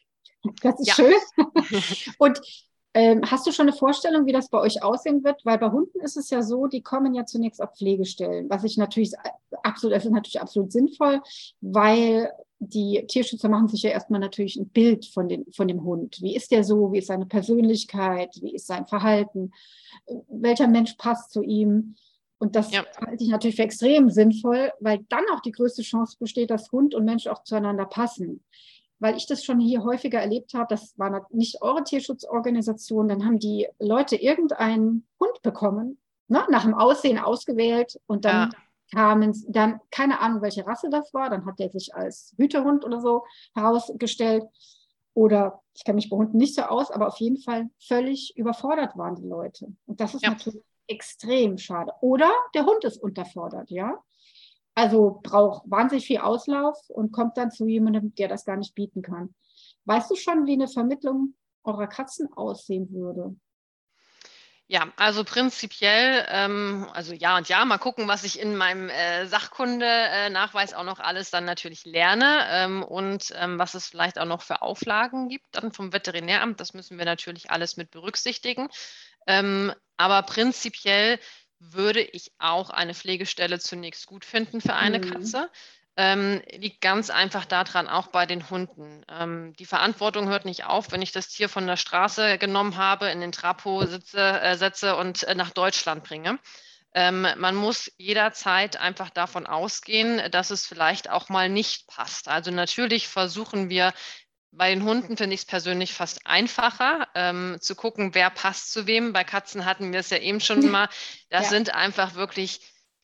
Das ist Ja. schön. Und ähm, hast du schon eine Vorstellung, wie das bei euch aussehen wird? Weil bei Hunden ist es ja so, die kommen ja zunächst auf Pflegestellen, was ich natürlich absolut, das ist natürlich absolut sinnvoll, weil die Tierschützer machen sich ja erstmal natürlich ein Bild von, den, von dem Hund. Wie ist der so? Wie ist seine Persönlichkeit? Wie ist sein Verhalten? Welcher Mensch passt zu ihm? Und das Ja. halte ich natürlich für extrem sinnvoll, weil dann auch die größte Chance besteht, dass Hund und Mensch auch zueinander passen. Weil ich das schon hier häufiger erlebt habe, das war nicht eure Tierschutzorganisation, dann haben die Leute irgendeinen Hund bekommen, ne, nach dem Aussehen ausgewählt und dann ja. kamen dann, keine Ahnung, welche Rasse das war, dann hat der sich als Hütehund oder so herausgestellt. Oder ich kenne mich bei Hunden nicht so aus, aber auf jeden Fall völlig überfordert waren die Leute. Und das ist ja. natürlich extrem schade. Oder der Hund ist unterfordert, ja. Also braucht wahnsinnig viel Auslauf und kommt dann zu jemandem, der das gar nicht bieten kann. Weißt du schon, wie eine Vermittlung eurer Katzen aussehen würde? Ja, also prinzipiell, ähm, also ja und ja, mal gucken, was ich in meinem äh, Sachkunde-Nachweis auch noch alles dann natürlich lerne ähm, und ähm, was es vielleicht auch noch für Auflagen gibt dann vom Veterinäramt. Das müssen wir natürlich alles mit berücksichtigen. Ähm, aber prinzipiell würde ich auch eine Pflegestelle zunächst gut finden für eine Mhm. Katze. Ähm, liegt ganz einfach daran, auch bei den Hunden. Ähm, die Verantwortung hört nicht auf, wenn ich das Tier von der Straße genommen habe, in den Trapo sitze, äh, setze und äh, nach Deutschland bringe. Ähm, man muss jederzeit einfach davon ausgehen, dass es vielleicht auch mal nicht passt. Also natürlich versuchen wir, bei den Hunden finde ich es persönlich fast einfacher, ähm, zu gucken, wer passt zu wem. Bei Katzen hatten wir es ja eben schon mal. Das Ja. sind einfach wirklich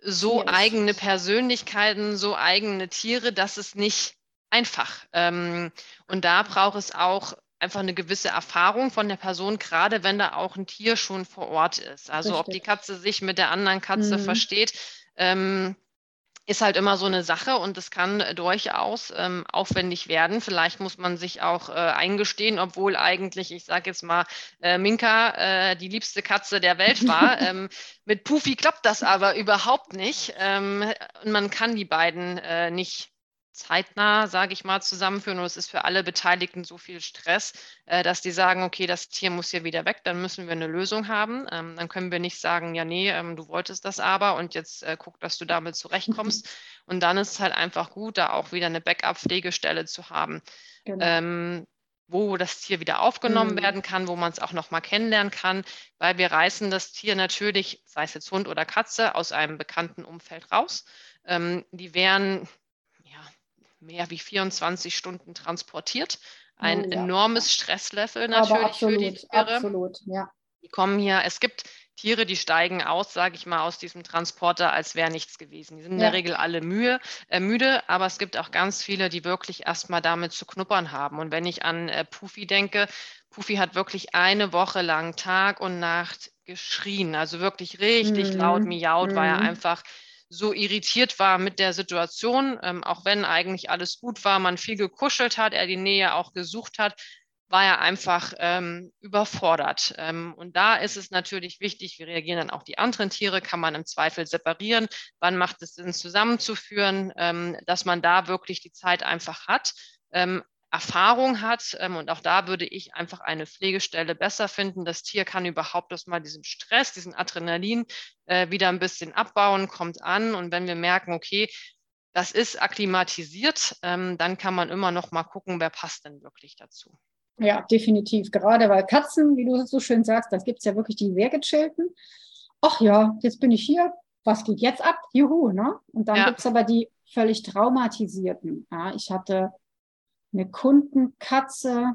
so Yes. eigene Persönlichkeiten, so eigene Tiere, dass es nicht einfach. Ähm, und da braucht es auch einfach eine gewisse Erfahrung von der Person, gerade wenn da auch ein Tier schon vor Ort ist. Also ob die Richtig. Katze sich mit der anderen Katze Mhm. versteht, ähm, ist halt immer so eine Sache und es kann durchaus ähm, aufwendig werden. Vielleicht muss man sich auch äh, eingestehen, obwohl eigentlich, ich sage jetzt mal, äh, Minka äh, die liebste Katze der Welt war. ähm, mit Puffy klappt das aber überhaupt nicht. Ähm, und man kann die beiden äh, nicht zeitnah, sage ich mal, zusammenführen. Und es ist für alle Beteiligten so viel Stress, äh, dass die sagen, okay, das Tier muss hier wieder weg, dann müssen wir eine Lösung haben. Ähm, dann können wir nicht sagen, ja, nee, ähm, du wolltest das aber und jetzt äh, guck, dass du damit zurechtkommst. Und dann ist es halt einfach gut, da auch wieder eine Backup-Pflegestelle zu haben, Genau. ähm, wo das Tier wieder aufgenommen Mhm. werden kann, wo man es auch nochmal kennenlernen kann, weil wir reißen das Tier natürlich, sei es jetzt Hund oder Katze, aus einem bekannten Umfeld raus. Ähm, die wären ja, mehr wie vierundzwanzig Stunden transportiert. Ein Oh, ja. enormes Stresslevel Aber natürlich für die absolut, Tiere. absolut, ja. Die kommen hier, es gibt Tiere, die steigen aus, sage ich mal, aus diesem Transporter, als wäre nichts gewesen. Die sind in Ja. der Regel alle mühe, äh, müde, aber es gibt auch ganz viele, die wirklich erstmal damit zu knuppern haben. Und wenn ich an äh, Puffy denke, Puffy hat wirklich eine Woche lang Tag und Nacht geschrien, also wirklich richtig Mhm. laut miaut, weil er Mhm. einfach so irritiert war mit der Situation, ähm, auch wenn eigentlich alles gut war, man viel gekuschelt hat, er die Nähe auch gesucht hat, war er einfach ähm, überfordert. Ähm, und da ist es natürlich wichtig, wie reagieren dann auch die anderen Tiere, kann man im Zweifel separieren, wann macht es Sinn zusammenzuführen, ähm, dass man da wirklich die Zeit einfach hat, ähm, Erfahrung hat ähm, und auch da würde ich einfach eine Pflegestelle besser finden. Das Tier kann überhaupt erst mal diesen Stress, diesen Adrenalin äh, wieder ein bisschen abbauen, kommt an und wenn wir merken, okay, das ist akklimatisiert, ähm, dann kann man immer noch mal gucken, wer passt denn wirklich dazu. Ja, definitiv. Gerade weil Katzen, wie du so schön sagst, das gibt es ja wirklich die sehr gechillten. Ach ja, jetzt bin ich hier. Was geht jetzt ab? Juhu, ne? Und dann Ja. gibt es aber die völlig traumatisierten. Ja, ich hatte eine Kundenkatze,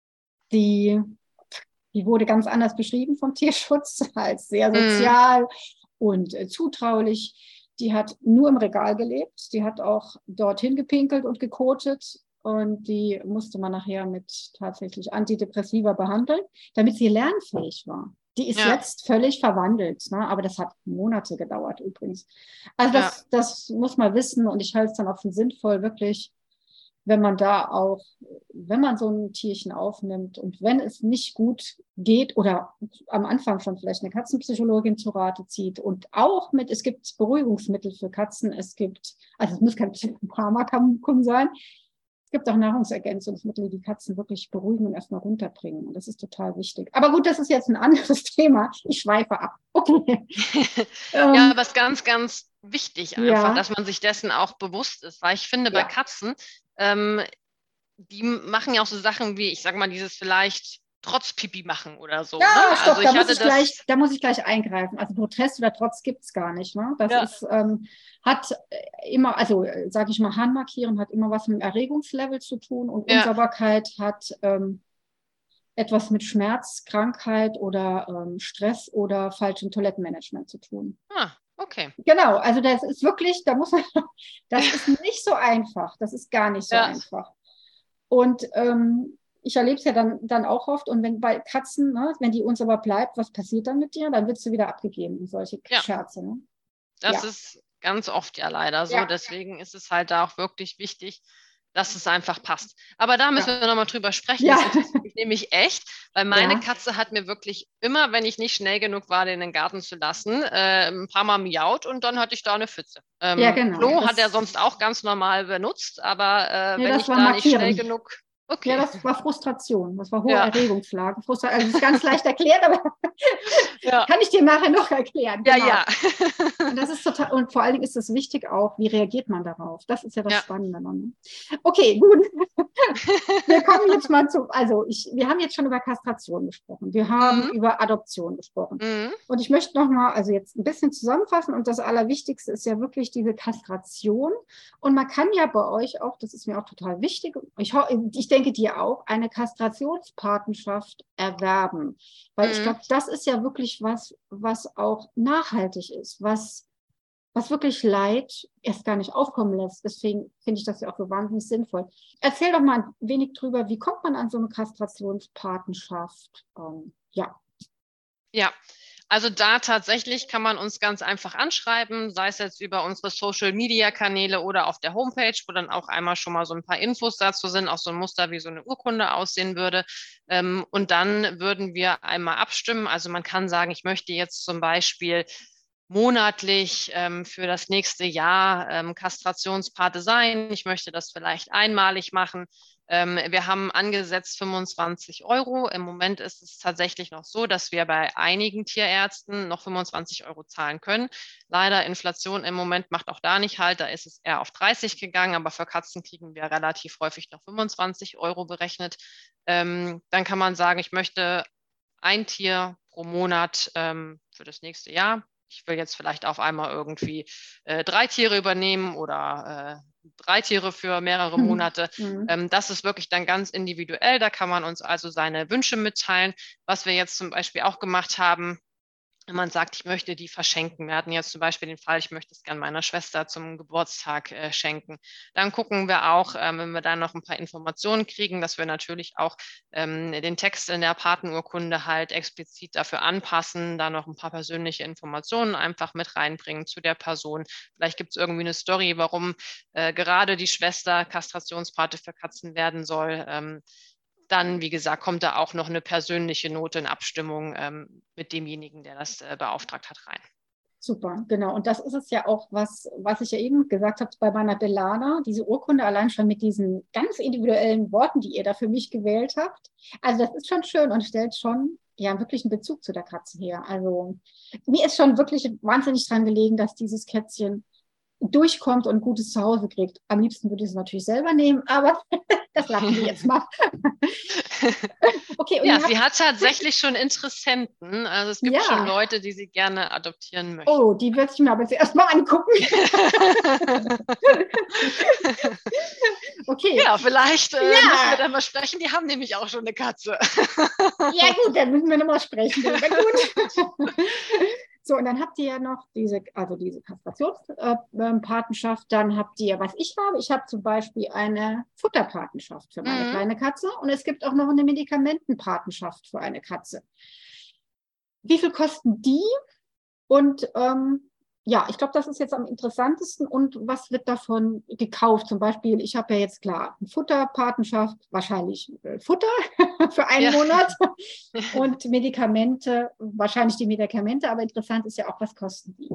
die, die wurde ganz anders beschrieben vom Tierschutz als sehr sozial mhm. und äh, zutraulich. Die hat nur im Regal gelebt. Die hat auch dorthin gepinkelt und gekotet. Und die musste man nachher mit tatsächlich Antidepressiva behandeln, damit sie lernfähig war. Die ist ja. jetzt völlig verwandelt, ne? Aber das hat Monate gedauert übrigens. Also das, ja. das muss man wissen und ich halte es dann auch für sinnvoll, wirklich, wenn man da auch, wenn man so ein Tierchen aufnimmt und wenn es nicht gut geht oder am Anfang schon vielleicht eine Katzenpsychologin zu Rate zieht und auch mit, es gibt Beruhigungsmittel für Katzen, es gibt, also es muss kein Pharmakum sein, es gibt auch Nahrungsergänzungsmittel, die Katzen wirklich beruhigen und erstmal runterbringen. Und das ist total wichtig. Aber gut, das ist jetzt ein anderes Thema. Ich schweife ab. Okay. Ja, ähm, aber es ist ganz, ganz wichtig einfach, ja. dass man sich dessen auch bewusst ist. Weil ich finde, bei ja. Katzen, ähm, die machen ja auch so Sachen wie, ich sage mal, dieses vielleicht Trotz Pipi machen oder so. Ja, ne? stopp, also da, ich muss hatte ich das gleich, da muss ich gleich eingreifen. Also Protest oder Trotz gibt es gar nicht. Ne? Das ja. ist, ähm, hat immer, also sage ich mal, Harnmarkieren hat immer was mit dem Erregungslevel zu tun und ja. Unsauberkeit hat ähm, etwas mit Schmerz, Krankheit oder ähm, Stress oder falschem Toilettenmanagement zu tun. Ah, okay. Genau, also das ist wirklich, da muss man, das ist nicht so einfach. Das ist gar nicht so ja. einfach. Und ähm, ich erlebe es ja dann, dann auch oft. Und wenn bei Katzen, ne, wenn die uns aber bleibt, was passiert dann mit dir? Dann wird sie wieder abgegeben, solche ja. Scherze. Ne? Das ja. ist ganz oft ja leider so. Ja. Deswegen ist es halt da auch wirklich wichtig, dass es einfach passt. Aber da müssen ja. wir nochmal drüber sprechen. Ja. Das interessiert mich nämlich echt, weil meine ja. Katze hat mir wirklich immer, wenn ich nicht schnell genug war, den in den Garten zu lassen, äh, ein paar Mal miaut und dann hatte ich da eine Pfütze. Ähm, ja, genau. Klo das hat er sonst auch ganz normal benutzt, aber äh, nee, wenn ich da markieren. nicht schnell genug... Okay. Ja, das war Frustration. Das war hohe ja. Erregungslage. Frustra- also das ist ganz leicht erklärt, aber ja. kann ich dir nachher noch erklären. Genau. Ja, ja. Und das ist total, und vor allen Dingen ist es wichtig auch, wie reagiert man darauf? Das ist ja das ja. Spannende. Okay, gut. Wir kommen jetzt mal zu, also ich, wir haben jetzt schon über Kastration gesprochen. Wir haben mhm. über Adoption gesprochen. Mhm. Und ich möchte noch mal, also jetzt ein bisschen zusammenfassen und das Allerwichtigste ist ja wirklich diese Kastration. Und man kann ja bei euch auch, das ist mir auch total wichtig, ich, ich denke dir auch, eine Kastrationspartnerschaft erwerben. Weil mhm. ich glaube, das ist ja wirklich was, was auch nachhaltig ist, was was wirklich Leid erst gar nicht aufkommen lässt. Deswegen finde ich das ja auch so wahnsinnig sinnvoll. Erzähl doch mal ein wenig drüber, wie kommt man an so eine Kastrationspatenschaft? Ähm, ja. Ja, also da tatsächlich kann man uns ganz einfach anschreiben, sei es jetzt über unsere Social-Media-Kanäle oder auf der Homepage, wo dann auch einmal schon mal so ein paar Infos dazu sind, auch so ein Muster, wie so eine Urkunde aussehen würde. Ähm, und dann würden wir einmal abstimmen. Also man kann sagen, ich möchte jetzt zum Beispiel monatlich ähm, für das nächste Jahr ähm, Kastrationspate sein. Ich möchte das vielleicht einmalig machen. Ähm, wir haben angesetzt fünfundzwanzig Euro. Im Moment ist es tatsächlich noch so, dass wir bei einigen Tierärzten noch fünfundzwanzig Euro zahlen können. Leider Inflation im Moment macht auch da nicht halt. Da ist es eher auf dreißig gegangen, aber für Katzen kriegen wir relativ häufig noch fünfundzwanzig Euro berechnet. Ähm, dann kann man sagen, ich möchte ein Tier pro Monat ähm, für das nächste Jahr. Ich will jetzt vielleicht auf einmal irgendwie äh, drei Tiere übernehmen oder äh, drei Tiere für mehrere Monate. Mhm. Ähm, das ist wirklich dann ganz individuell. Da kann man uns also seine Wünsche mitteilen. Was wir jetzt zum Beispiel auch gemacht haben, wenn man sagt, ich möchte die verschenken. Wir hatten jetzt zum Beispiel den Fall, ich möchte es gerne meiner Schwester zum Geburtstag äh, schenken. Dann gucken wir auch, ähm, wenn wir da noch ein paar Informationen kriegen, dass wir natürlich auch ähm, den Text in der Patenurkunde halt explizit dafür anpassen, da noch ein paar persönliche Informationen einfach mit reinbringen zu der Person. Vielleicht gibt es irgendwie eine Story, warum äh, gerade die Schwester Kastrationspate für Katzen werden soll. Ähm, Dann, wie gesagt, kommt da auch noch eine persönliche Note in Abstimmung ähm, mit demjenigen, der das äh, beauftragt hat, rein. Super, genau. Und das ist es ja auch, was, was ich ja eben gesagt habe bei meiner Delana, diese Urkunde allein schon mit diesen ganz individuellen Worten, die ihr da für mich gewählt habt. Also das ist schon schön und stellt schon ja wirklich einen Bezug zu der Katze her. Also mir ist schon wirklich wahnsinnig dran gelegen, dass dieses Kätzchen durchkommt und ein gutes Zuhause kriegt. Am liebsten würde ich es natürlich selber nehmen, aber das lassen wir jetzt mal. Okay, und Ja, ihr habt, sie hat tatsächlich schon Interessenten. Also es gibt schon ja, Leute, die sie gerne adoptieren möchten. oh, die wird ich mir aber zuerst mal angucken. Okay. Ja, vielleicht äh, Ja. müssen wir dann mal sprechen. Die haben nämlich auch schon eine Katze. Ja, gut, dann müssen wir nochmal sprechen. Gut. So, und dann habt ihr ja noch diese, also diese Kastrationspatenschaft. Dann habt ihr, was ich habe, ich habe zum Beispiel eine Futterpatenschaft für meine Mhm. kleine Katze und es gibt auch noch eine Medikamentenpatenschaft für eine Katze. Wie viel kosten die? Und ähm, ja, ich glaube, das ist jetzt am interessantesten. Und was wird davon gekauft? Zum Beispiel, ich habe ja jetzt klar eine Futterpatenschaft, wahrscheinlich äh, Futter für einen Ja. Monat und Medikamente, wahrscheinlich die Medikamente. Aber interessant ist ja auch, was kosten die?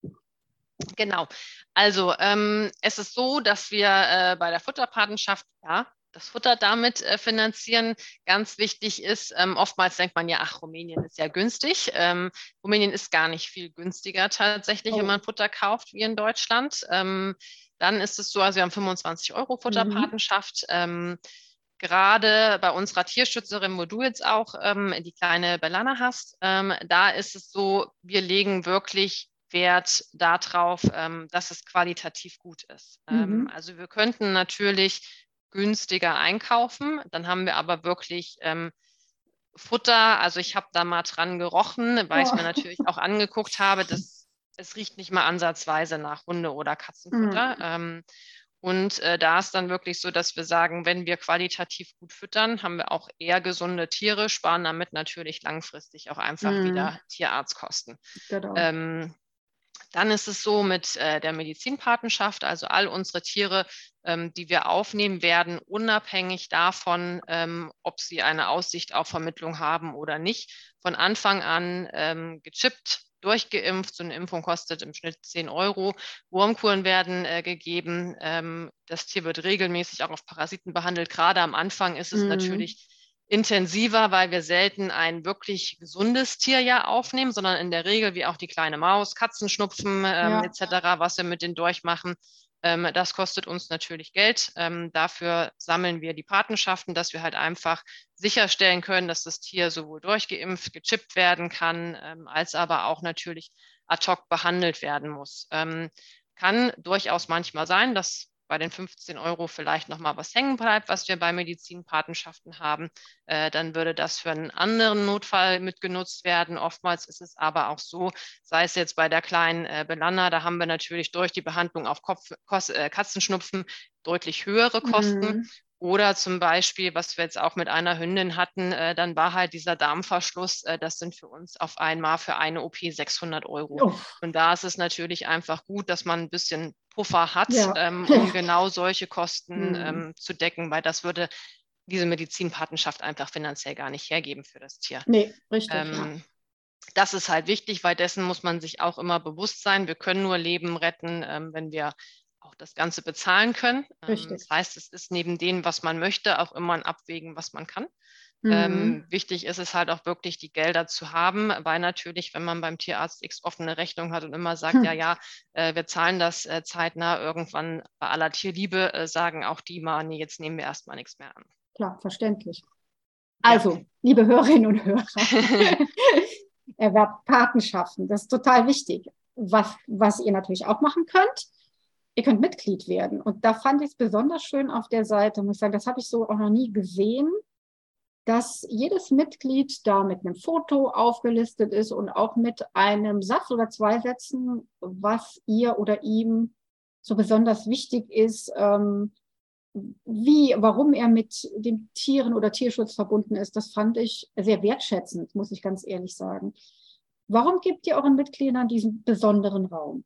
Genau. Also ähm, es ist so, dass wir äh, bei der Futterpatenschaft ja das Futter damit äh, finanzieren. Ganz wichtig ist, ähm, oftmals denkt man ja, ach, Rumänien ist ja günstig. Ähm, Rumänien ist gar nicht viel günstiger tatsächlich, Oh. wenn man Futter kauft wie in Deutschland. Ähm, dann ist es so, also wir haben fünfundzwanzig Euro Futterpatenschaft. Mhm. Ähm, Gerade bei unserer Tierschützerin, wo du jetzt auch ähm, die kleine Bellana hast, ähm, da ist es so, wir legen wirklich Wert darauf, ähm, dass es qualitativ gut ist. Mhm. Ähm, also wir könnten natürlich günstiger einkaufen, dann haben wir aber wirklich ähm, Futter, also ich habe da mal dran gerochen, weil oh. ich mir natürlich auch angeguckt habe, dass es riecht nicht mal ansatzweise nach Hunde- oder Katzenfutter. Mhm. Ähm, und äh, da ist dann wirklich so, dass wir sagen, wenn wir qualitativ gut füttern, haben wir auch eher gesunde Tiere, sparen damit natürlich langfristig auch einfach mhm. wieder Tierarztkosten. Genau. Ähm, Dann ist es so mit äh, der Medizinpatenschaft, also all unsere Tiere, ähm, die wir aufnehmen, werden unabhängig davon, ähm, ob sie eine Aussicht auf Vermittlung haben oder nicht, von Anfang an ähm, gechippt, durchgeimpft. So eine Impfung kostet im Schnitt zehn Euro. Wurmkuren werden äh, gegeben. Ähm, das Tier wird regelmäßig auch auf Parasiten behandelt. Gerade am Anfang ist es mm. natürlich intensiver, weil wir selten ein wirklich gesundes Tier ja aufnehmen, sondern in der Regel wie auch die kleine Maus, Katzenschnupfen ähm, ja. et cetera, was wir mit denen durchmachen. Ähm, das kostet uns natürlich Geld. Ähm, dafür sammeln wir die Patenschaften, dass wir halt einfach sicherstellen können, dass das Tier sowohl durchgeimpft, gechippt werden kann, ähm, als aber auch natürlich ad hoc behandelt werden muss. Ähm, kann durchaus manchmal sein, dass bei den fünfzehn Euro vielleicht nochmal was hängen bleibt, was wir bei Medizinpatenschaften haben, äh, dann würde das für einen anderen Notfall mitgenutzt werden. Oftmals ist es aber auch so, sei es jetzt bei der kleinen äh, Belana, da haben wir natürlich durch die Behandlung auf Kopf, Kos, äh, Katzenschnupfen deutlich höhere Kosten. Mhm. Oder zum Beispiel, was wir jetzt auch mit einer Hündin hatten, äh, dann war halt dieser Darmverschluss, äh, das sind für uns auf einmal für eine O P sechshundert Euro. Oh. Und da ist es natürlich einfach gut, dass man ein bisschen Puffer hat, Ja. ähm, um genau solche Kosten Mhm. ähm, zu decken, weil das würde diese Medizinpatenschaft einfach finanziell gar nicht hergeben für das Tier. Nee, richtig, Ähm, ja. Das ist halt wichtig, weil dessen muss man sich auch immer bewusst sein. Wir können nur Leben retten, ähm, wenn wir auch das Ganze bezahlen können. Ähm, Richtig. das heißt, es ist neben dem, was man möchte, auch immer ein Abwägen, was man kann. Mhm. Ähm, wichtig ist es halt auch wirklich, die Gelder zu haben, weil natürlich, wenn man beim Tierarzt X offene Rechnung hat und immer sagt, Hm. ja, ja, äh, wir zahlen das äh, zeitnah, irgendwann bei aller Tierliebe äh, sagen auch die mal, nee, jetzt nehmen wir erstmal nichts mehr an. Klar, verständlich. Also, ja. Liebe Hörerinnen und Hörer, Erwerb Patenschaften, das ist total wichtig. Was, was ihr natürlich auch machen könnt, ihr könnt Mitglied werden. Und da fand ich es besonders schön auf der Seite, muss ich sagen, das habe ich so auch noch nie gesehen, dass jedes Mitglied da mit einem Foto aufgelistet ist und auch mit einem Satz oder zwei Sätzen, was ihr oder ihm so besonders wichtig ist, ähm, wie, warum er mit den Tieren oder Tierschutz verbunden ist. Das fand ich sehr wertschätzend, muss ich ganz ehrlich sagen. Warum gebt ihr euren Mitgliedern diesen besonderen Raum?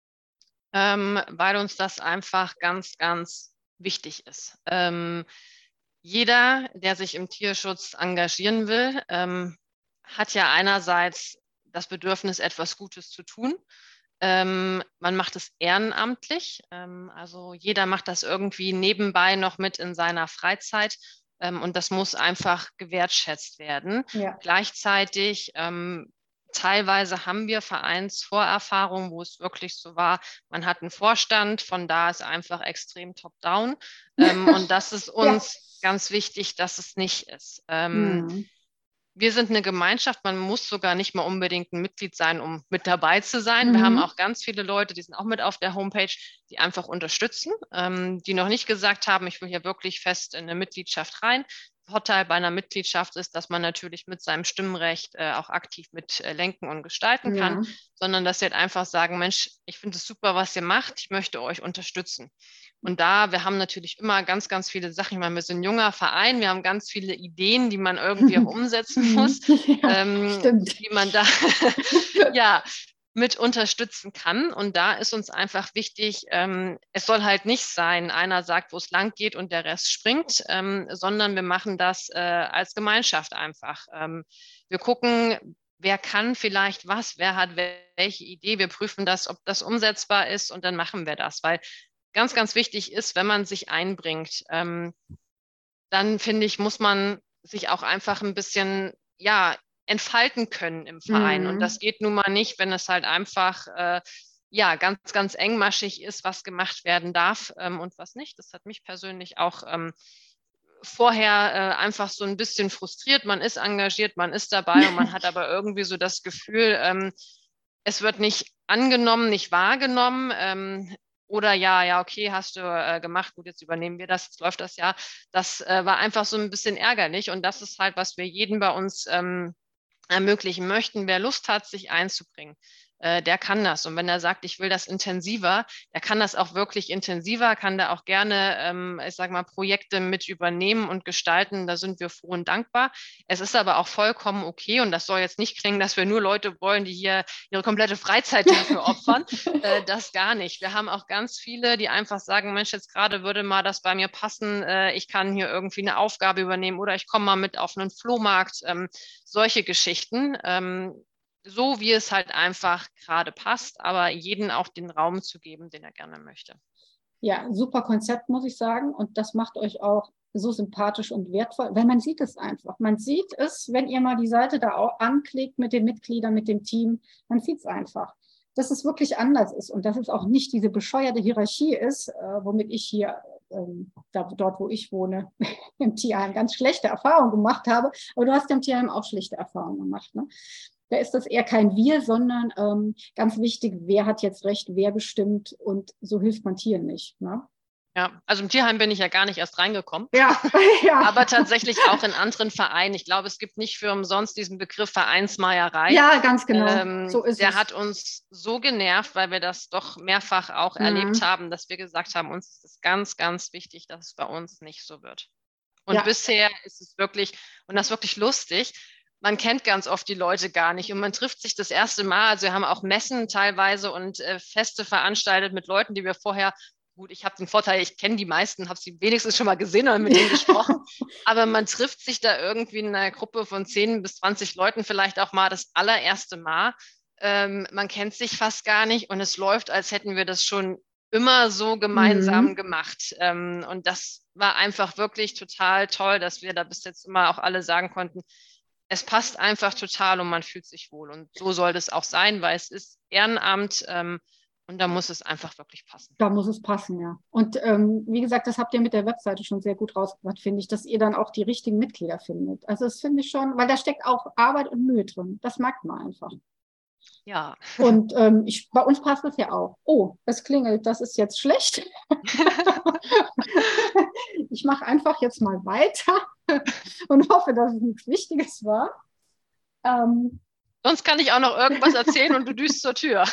Ähm, weil uns das einfach ganz, ganz wichtig ist. Ähm, Jeder, der sich im Tierschutz engagieren will, ähm, hat ja einerseits das Bedürfnis, etwas Gutes zu tun. Ähm, man macht es ehrenamtlich. Ähm, also jeder macht das irgendwie nebenbei noch mit in seiner Freizeit. Ähm, und das muss einfach gewertschätzt werden. Ja. Gleichzeitig ähm, teilweise haben wir Vereinsvorerfahrungen, wo es wirklich so war, man hat einen Vorstand, von da ist einfach extrem top-down. Ähm, und das ist uns ja. ganz wichtig, dass es nicht ist. Ähm, hm. Wir sind eine Gemeinschaft, man muss sogar nicht mal unbedingt ein Mitglied sein, um mit dabei zu sein. Mhm. Wir haben auch ganz viele Leute, die sind auch mit auf der Homepage, die einfach unterstützen, ähm, die noch nicht gesagt haben, ich will hier wirklich fest in eine Mitgliedschaft rein. Vorteil bei einer Mitgliedschaft ist, dass man natürlich mit seinem Stimmrecht äh, auch aktiv mit äh, lenken und gestalten kann, Ja. sondern dass sie halt einfach sagen, Mensch, ich finde es super, was ihr macht, ich möchte euch unterstützen. Und da, wir haben natürlich immer ganz, ganz viele Sachen. Ich meine, wir sind ein junger Verein, wir haben ganz viele Ideen, die man irgendwie auch umsetzen muss, ja, ähm, wie man da ja, mit unterstützen kann. Und da ist uns einfach wichtig, ähm, es soll halt nicht sein, einer sagt, wo es lang geht und der Rest springt, ähm, sondern wir machen das äh, als Gemeinschaft einfach. Ähm, wir gucken, wer kann vielleicht was, wer hat welche Idee. Wir prüfen das, ob das umsetzbar ist und dann machen wir das, weil ganz, ganz wichtig ist, wenn man sich einbringt, ähm, dann finde ich, muss man sich auch einfach ein bisschen, ja, entfalten können im Verein. Mhm. Und das geht nun mal nicht, wenn es halt einfach, äh, ja, ganz, ganz engmaschig ist, was gemacht werden darf ähm, und was nicht. Das hat mich persönlich auch ähm, vorher äh, einfach so ein bisschen frustriert. Man ist engagiert, man ist dabei und man hat aber irgendwie so das Gefühl, ähm, es wird nicht angenommen, nicht wahrgenommen. Ähm, oder ja, ja, okay, hast du äh, gemacht, gut, jetzt übernehmen wir das, jetzt läuft das ja. Das äh, war einfach so ein bisschen ärgerlich und das ist halt, was wir jeden bei uns ähm, ermöglichen möchten. Wer Lust hat, sich einzubringen, äh, der kann das. Und wenn er sagt, ich will das intensiver, der kann das auch wirklich intensiver, kann da auch gerne, ähm, ich sage mal, Projekte mit übernehmen und gestalten. Da sind wir froh und dankbar. Es ist aber auch vollkommen okay und das soll jetzt nicht klingen, dass wir nur Leute wollen, die hier ihre komplette Freizeit dafür opfern. äh, das gar nicht. Wir haben auch ganz viele, die einfach sagen, Mensch, jetzt gerade würde mal das bei mir passen. Äh, ich kann hier irgendwie eine Aufgabe übernehmen oder ich komme mal mit auf einen Flohmarkt. Ähm, solche Geschichten. Ähm, so wie es halt einfach gerade passt, aber jeden auch den Raum zu geben, den er gerne möchte. Ja, super Konzept, muss ich sagen. Und das macht euch auch so sympathisch und wertvoll, weil man sieht es einfach. Man sieht es, wenn ihr mal die Seite da auch anklickt mit den Mitgliedern, mit dem Team, man sieht es einfach, dass es wirklich anders ist und dass es auch nicht diese bescheuerte Hierarchie ist, äh, womit ich hier, ähm, da, dort wo ich wohne, im Tierheim ganz schlechte Erfahrungen gemacht habe. Aber du hast ja im Tierheim auch schlechte Erfahrungen gemacht, ne? Da ist das eher kein Wir, sondern ähm, ganz wichtig, wer hat jetzt Recht, wer bestimmt und so hilft man Tieren nicht. Ne? Ja, also im Tierheim bin ich ja gar nicht erst reingekommen. Ja, ja. Aber tatsächlich auch in anderen Vereinen. Ich glaube, es gibt nicht für umsonst diesen Begriff Vereinsmeierei. Ja, ganz genau. Ähm, so ist der es. hat uns so genervt, weil wir das doch mehrfach auch Mhm. erlebt haben, dass wir gesagt haben, uns ist es ganz, ganz wichtig, dass es bei uns nicht so wird. Und Ja. bisher ist es wirklich, und das ist wirklich lustig, man kennt ganz oft die Leute gar nicht und man trifft sich das erste Mal. Also wir haben auch Messen teilweise und äh, Feste veranstaltet mit Leuten, die wir vorher, gut, ich habe den Vorteil, ich kenne die meisten, habe sie wenigstens schon mal gesehen und mit denen gesprochen, aber man trifft sich da irgendwie in einer Gruppe von zehn bis zwanzig Leuten vielleicht auch mal das allererste Mal. Ähm, man kennt sich fast gar nicht und es läuft, als hätten wir das schon immer so gemeinsam Mhm. gemacht. Ähm, und das war einfach wirklich total toll, dass wir da bis jetzt immer auch alle sagen konnten, es passt einfach total und man fühlt sich wohl. Und so soll das auch sein, weil es ist Ehrenamt ähm, und da muss es einfach wirklich passen. Da muss es passen, ja. Und ähm, wie gesagt, das habt ihr mit der Webseite schon sehr gut rausgebracht, finde ich, dass ihr dann auch die richtigen Mitglieder findet. Also das finde ich schon, weil da steckt auch Arbeit und Mühe drin. Das mag man einfach. Ja. Und ähm, ich, bei uns passt es ja auch. Oh, es klingelt, das ist jetzt schlecht. Ich mache einfach jetzt mal weiter und hoffe, dass es nichts Wichtiges war. Ähm, Sonst kann ich auch noch irgendwas erzählen und du düst zur Tür.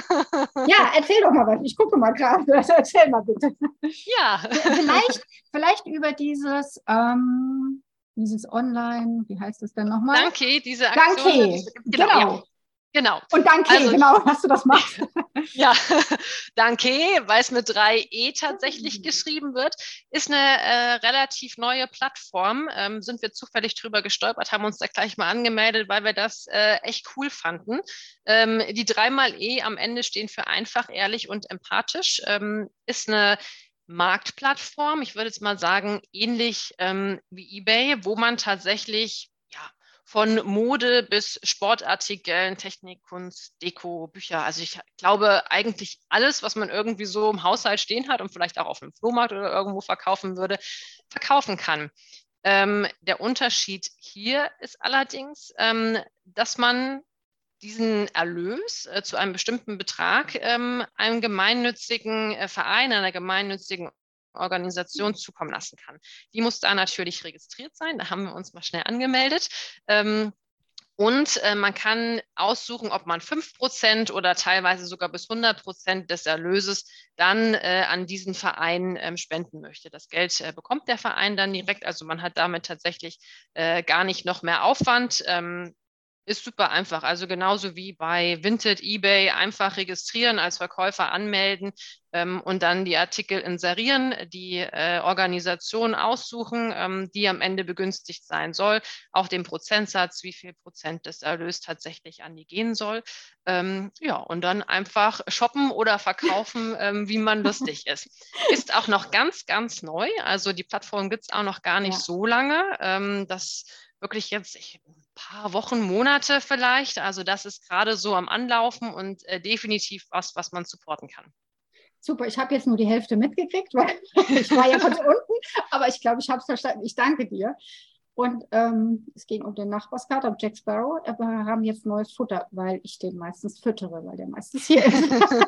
Ja, erzähl doch mal was. Ich gucke mal gerade. Erzähl mal bitte. Ja. Vielleicht, vielleicht über dieses, ähm, dieses Online, wie heißt das denn nochmal? Danke, diese Aktion. Danke, Genau. genau. Ja. Genau. Und danke, also, genau, dass du das machst. Ja, danke, weil es mit drei E tatsächlich geschrieben wird, ist eine äh, relativ neue Plattform. Ähm, sind wir zufällig drüber gestolpert, haben uns da gleich mal angemeldet, weil wir das äh, echt cool fanden. Ähm, die dreimal E am Ende stehen für einfach, ehrlich und empathisch. Ähm, ist eine Marktplattform, ich würde jetzt mal sagen, ähnlich ähm, wie eBay, wo man tatsächlich, ja, von Mode bis Sportartikeln, Technik, Kunst, Deko, Bücher. Also ich glaube eigentlich alles, was man irgendwie so im Haushalt stehen hat und vielleicht auch auf einem Flohmarkt oder irgendwo verkaufen würde, verkaufen kann. Ähm, der Unterschied hier ist allerdings, ähm, dass man diesen Erlös äh, zu einem bestimmten Betrag ähm, einem gemeinnützigen äh, Verein, einer gemeinnützigen Organisation zukommen lassen kann. Die muss da natürlich registriert sein. Da haben wir uns mal schnell angemeldet. Ähm, und äh, man kann aussuchen, ob man fünf Prozent oder teilweise sogar bis hundert Prozent des Erlöses dann äh, an diesen Verein ähm, spenden möchte. Das Geld äh, bekommt der Verein dann direkt. Also man hat damit tatsächlich äh, gar nicht noch mehr Aufwand. Ähm, ist super einfach. Also genauso wie bei Vinted, eBay, einfach registrieren, als Verkäufer anmelden ähm, und dann die Artikel inserieren, die äh, Organisation aussuchen, ähm, die am Ende begünstigt sein soll, auch den Prozentsatz, wie viel Prozent des Erlös tatsächlich an die gehen soll. Ähm, ja, und dann einfach shoppen oder verkaufen, ähm, wie man lustig ist. Ist auch noch ganz, ganz neu. Also die Plattform gibt es auch noch gar nicht Ja. so lange. Ähm, das wirklich jetzt, ich, ein paar Wochen, Monate vielleicht. Also das ist gerade so am Anlaufen und äh, definitiv was, was man supporten kann. Super, ich habe jetzt nur die Hälfte mitgekriegt, weil ich war ja ganz unten, aber ich glaube, ich habe es verstanden. Ich danke dir. Und ähm, es ging um den Nachbarskater, um Jack Sparrow. Aber wir haben jetzt neues Futter, weil ich den meistens füttere, weil der meistens hier ist.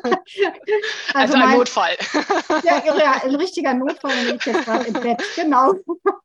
also, also ein mein, Notfall. Ja, ja, ein richtiger Notfall, der liegt jetzt gerade im Bett. Genau.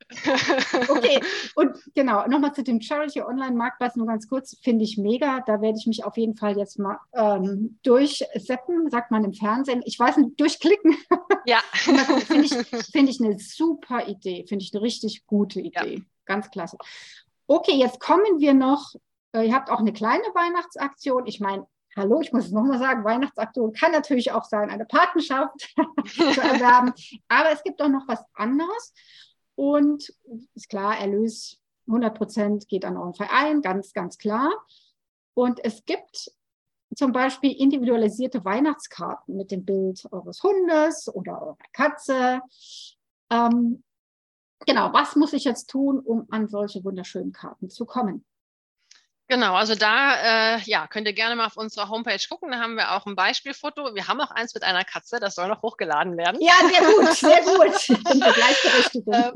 Okay, und genau, nochmal zu dem Charity-Online-Marktplatz nur ganz kurz, finde ich mega. Da werde ich mich auf jeden Fall jetzt mal ähm, durchsetzen, sagt man im Fernsehen. Ich weiß nicht, durchklicken. Ja. Finde ich, find ich eine super Idee, finde ich eine richtig gute Idee. Ja. Ganz klasse. Okay, jetzt kommen wir noch, äh, ihr habt auch eine kleine Weihnachtsaktion. Ich meine, hallo, ich muss es nochmal sagen, Weihnachtsaktion kann natürlich auch sein, eine Patenschaft zu erwerben. Aber es gibt auch noch was anderes. Und ist klar, Erlös hundert Prozent geht an euren Verein, ganz, ganz klar. Und es gibt zum Beispiel individualisierte Weihnachtskarten mit dem Bild eures Hundes oder eurer Katze. Ähm, genau, was muss ich jetzt tun, um an solche wunderschönen Karten zu kommen? Genau, also da äh, ja, könnt ihr gerne mal auf unserer Homepage gucken. Da haben wir auch ein Beispielfoto. Wir haben auch eins mit einer Katze, das soll noch hochgeladen werden. Ja, sehr gut, sehr gut. Ich bin für Gleichberechtigung.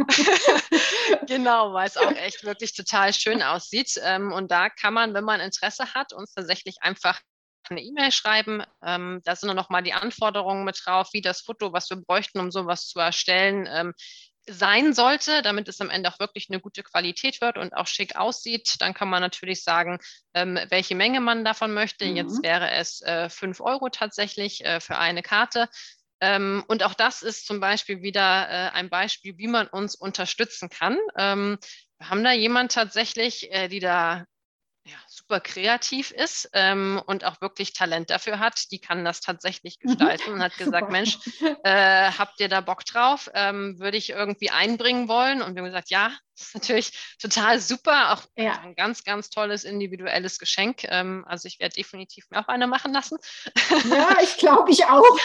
Genau, weil es auch echt wirklich total schön aussieht. Und da kann man, wenn man Interesse hat, uns tatsächlich einfach eine E-Mail schreiben. Ähm, da sind dann nochmal die Anforderungen mit drauf, wie das Foto, was wir bräuchten, um sowas zu erstellen, ähm, sein sollte, damit es am Ende auch wirklich eine gute Qualität wird und auch schick aussieht. Dann kann man natürlich sagen, ähm, welche Menge man davon möchte. Mhm. Jetzt wäre es äh, fünf Euro tatsächlich äh, für eine Karte. Ähm, und auch das ist zum Beispiel wieder äh, ein Beispiel, wie man uns unterstützen kann. Ähm, wir haben da jemand tatsächlich, äh, die da ja, super kreativ ist ähm, und auch wirklich Talent dafür hat. Die kann das tatsächlich gestalten und hat gesagt, Mensch, äh, habt ihr da Bock drauf? Ähm, würde ich irgendwie einbringen wollen? Und wir haben gesagt, ja, das ist natürlich total super. Auch Ja. ein ganz, ganz tolles individuelles Geschenk. Ähm, also ich werde definitiv mir auch eine machen lassen. Ja, ich glaube, ich auch.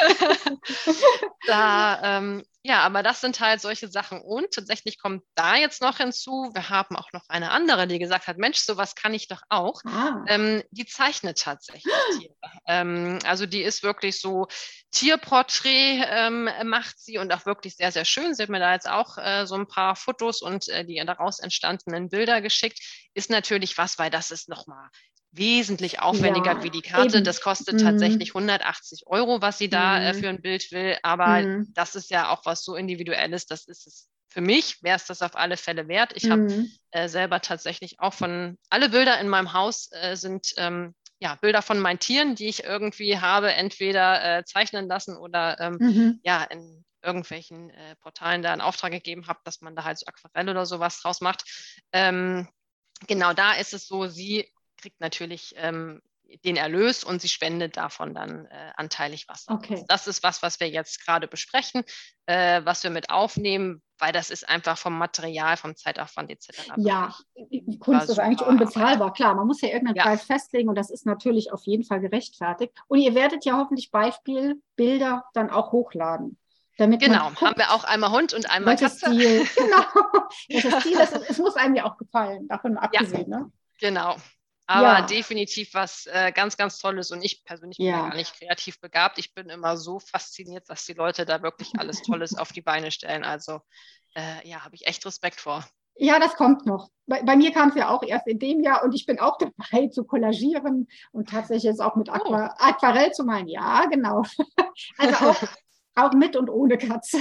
Da, ähm, ja, aber das sind halt solche Sachen. Und tatsächlich kommt da jetzt noch hinzu, wir haben auch noch eine andere, die gesagt hat, Mensch, sowas kann ich doch auch. Ah. Ähm, die zeichnet tatsächlich Tiere. Ähm, also die ist wirklich so Tierporträt ähm, macht sie und auch wirklich sehr, sehr schön. Sie hat mir da jetzt auch äh, so ein paar Fotos und äh, die daraus entstandenen Bilder geschickt. Ist natürlich was, weil das ist nochmal wesentlich aufwendiger Ja, wie die Karte. eben. Das kostet Mhm. tatsächlich hundertachtzig Euro, was sie da äh, Mhm. für ein Bild will. Aber Mhm. das ist ja auch was so Individuelles. Das ist es. Für mich wäre es das auf alle Fälle wert. Ich Mhm. habe äh, selber tatsächlich auch von, alle Bilder in meinem Haus äh, sind ähm, ja, Bilder von meinen Tieren, die ich irgendwie habe, entweder äh, zeichnen lassen oder ähm, Mhm. ja, in irgendwelchen äh, Portalen da einen Auftrag gegeben habe, dass man da halt so Aquarell oder sowas draus macht. Ähm, genau da ist es so, sie kriegt natürlich ähm, den Erlös und sie spendet davon dann äh, anteilig was. Okay. Das ist was, was wir jetzt gerade besprechen, äh, was wir mit aufnehmen, weil das ist einfach vom Material, vom Zeitaufwand et cetera. Ja, die Kunst ist eigentlich Arbeit. unbezahlbar. Klar, man muss ja irgendeinen Ja. Preis festlegen und das ist natürlich auf jeden Fall gerechtfertigt. Und ihr werdet ja hoffentlich Beispielbilder dann auch hochladen. Damit Genau, man guckt, haben wir auch einmal Hund und einmal welches Katze. Stil, genau, welches Stil das ist. Es muss einem ja auch gefallen, davon abgesehen. Ja, ne? genau. Aber Ja. definitiv was äh, ganz, ganz Tolles. Und ich persönlich bin ja Ja. gar nicht kreativ begabt. Ich bin immer so fasziniert, was die Leute da wirklich alles Tolles auf die Beine stellen. Also äh, ja, habe ich echt Respekt vor. Ja, das kommt noch. Bei, bei mir kam es ja auch erst in dem Jahr und ich bin auch dabei zu kollagieren und tatsächlich jetzt auch mit Aqua, Oh. Aquarell zu malen. Ja, genau. Also auch, auch mit und ohne Katze.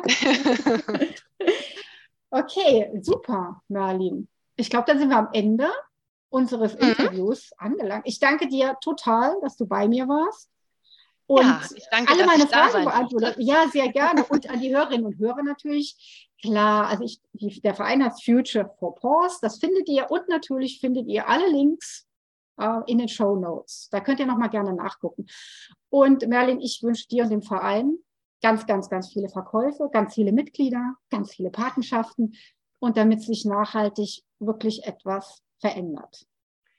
Okay, super, Merlin. Ich glaube, dann sind wir am Ende unseres Mhm. Interviews angelangt. Ich danke dir total, dass du bei mir warst. Und ja, ich danke, alle dass meine ich da Fragen sein beantwortet. durfte. Ja, sehr gerne. Und an die Hörerinnen und Hörer natürlich. Klar, also ich, die, der Verein heißt Future for Paws. Das findet ihr und natürlich findet ihr alle Links äh, in den Show Notes. Da könnt ihr nochmal gerne nachgucken. Und Merlin, ich wünsche dir und dem Verein ganz, ganz, ganz viele Verkäufe, ganz viele Mitglieder, ganz viele Patenschaften und damit sich nachhaltig wirklich etwas verändert.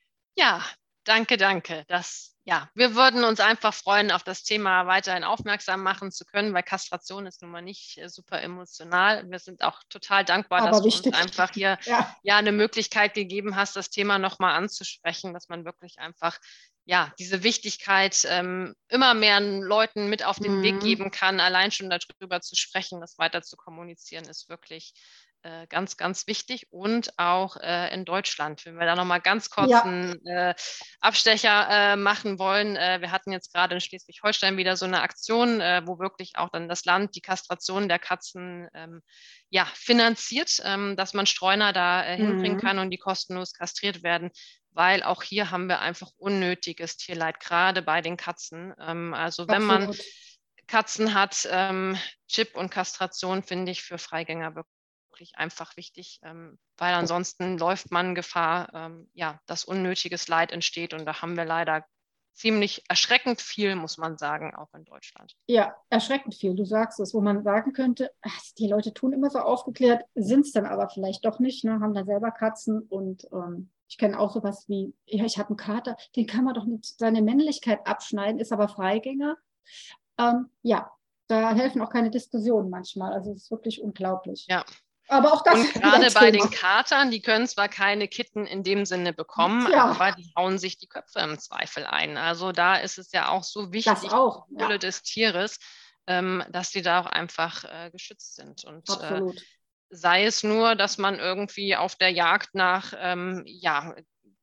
Ja, danke, danke. Das, ja, wir würden uns einfach freuen, auf das Thema weiterhin aufmerksam machen zu können, weil Kastration ist nun mal nicht äh, super emotional. Wir sind auch total dankbar, Aber dass du wichtig. uns einfach hier ja. ja eine Möglichkeit gegeben hast, das Thema nochmal anzusprechen, dass man wirklich einfach ja diese Wichtigkeit ähm, immer mehr Leuten mit auf den Mhm. Weg geben kann. Allein schon darüber zu sprechen, das weiter zu kommunizieren, ist wirklich äh, ganz, ganz wichtig. Und auch äh, in Deutschland, wenn wir da nochmal ganz kurz Ja. einen äh, Abstecher äh, machen wollen. Äh, wir hatten jetzt gerade in Schleswig-Holstein wieder so eine Aktion, äh, wo wirklich auch dann das Land die Kastration der Katzen ähm, ja, finanziert, ähm, dass man Streuner da äh, hinbringen Mhm. kann und die kostenlos kastriert werden, weil auch hier haben wir einfach unnötiges Tierleid, gerade bei den Katzen. Ähm, also wenn Absolut. man Katzen hat, ähm, Chip und Kastration finde ich für Freigänger wirklich einfach wichtig, ähm, weil ansonsten läuft man Gefahr, ähm, ja, dass unnötiges Leid entsteht und da haben wir leider ziemlich erschreckend viel, muss man sagen, auch in Deutschland. Ja, erschreckend viel. Du sagst es, wo man sagen könnte, ach, die Leute tun immer so aufgeklärt, sind es dann aber vielleicht doch nicht, ne? Haben da selber Katzen und ähm, ich kenne auch sowas wie, ja, ich habe einen Kater, den kann man doch mit seiner Männlichkeit abschneiden, ist aber Freigänger. Ähm, ja, da helfen auch keine Diskussionen manchmal. Also es ist wirklich unglaublich. Ja. Aber auch das und ist gerade bei Thema. den Katern, die können zwar keine Kitten in dem Sinne bekommen, Tja. aber die hauen sich die Köpfe im Zweifel ein. Also da ist es ja auch so wichtig, Das auch, die Wohle ja. des Tieres, ähm, dass die da auch einfach äh, geschützt sind. Und Absolut. Äh, sei es nur, dass man irgendwie auf der Jagd nach ähm, ja,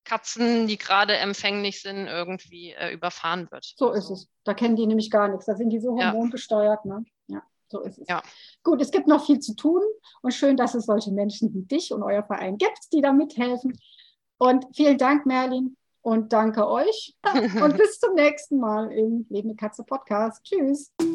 Katzen, die gerade empfänglich sind, irgendwie äh, überfahren wird. So ist es. Da kennen die nämlich gar nichts. Da sind die so hormongesteuert. Ne? Ja, so ist es. Ja. Gut, es gibt noch viel zu tun und schön, dass es solche Menschen wie dich und euer Verein gibt, die da mithelfen. Und vielen Dank, Merlin, und danke euch. Und bis zum nächsten Mal im Leben mit Katze Podcast. Tschüss.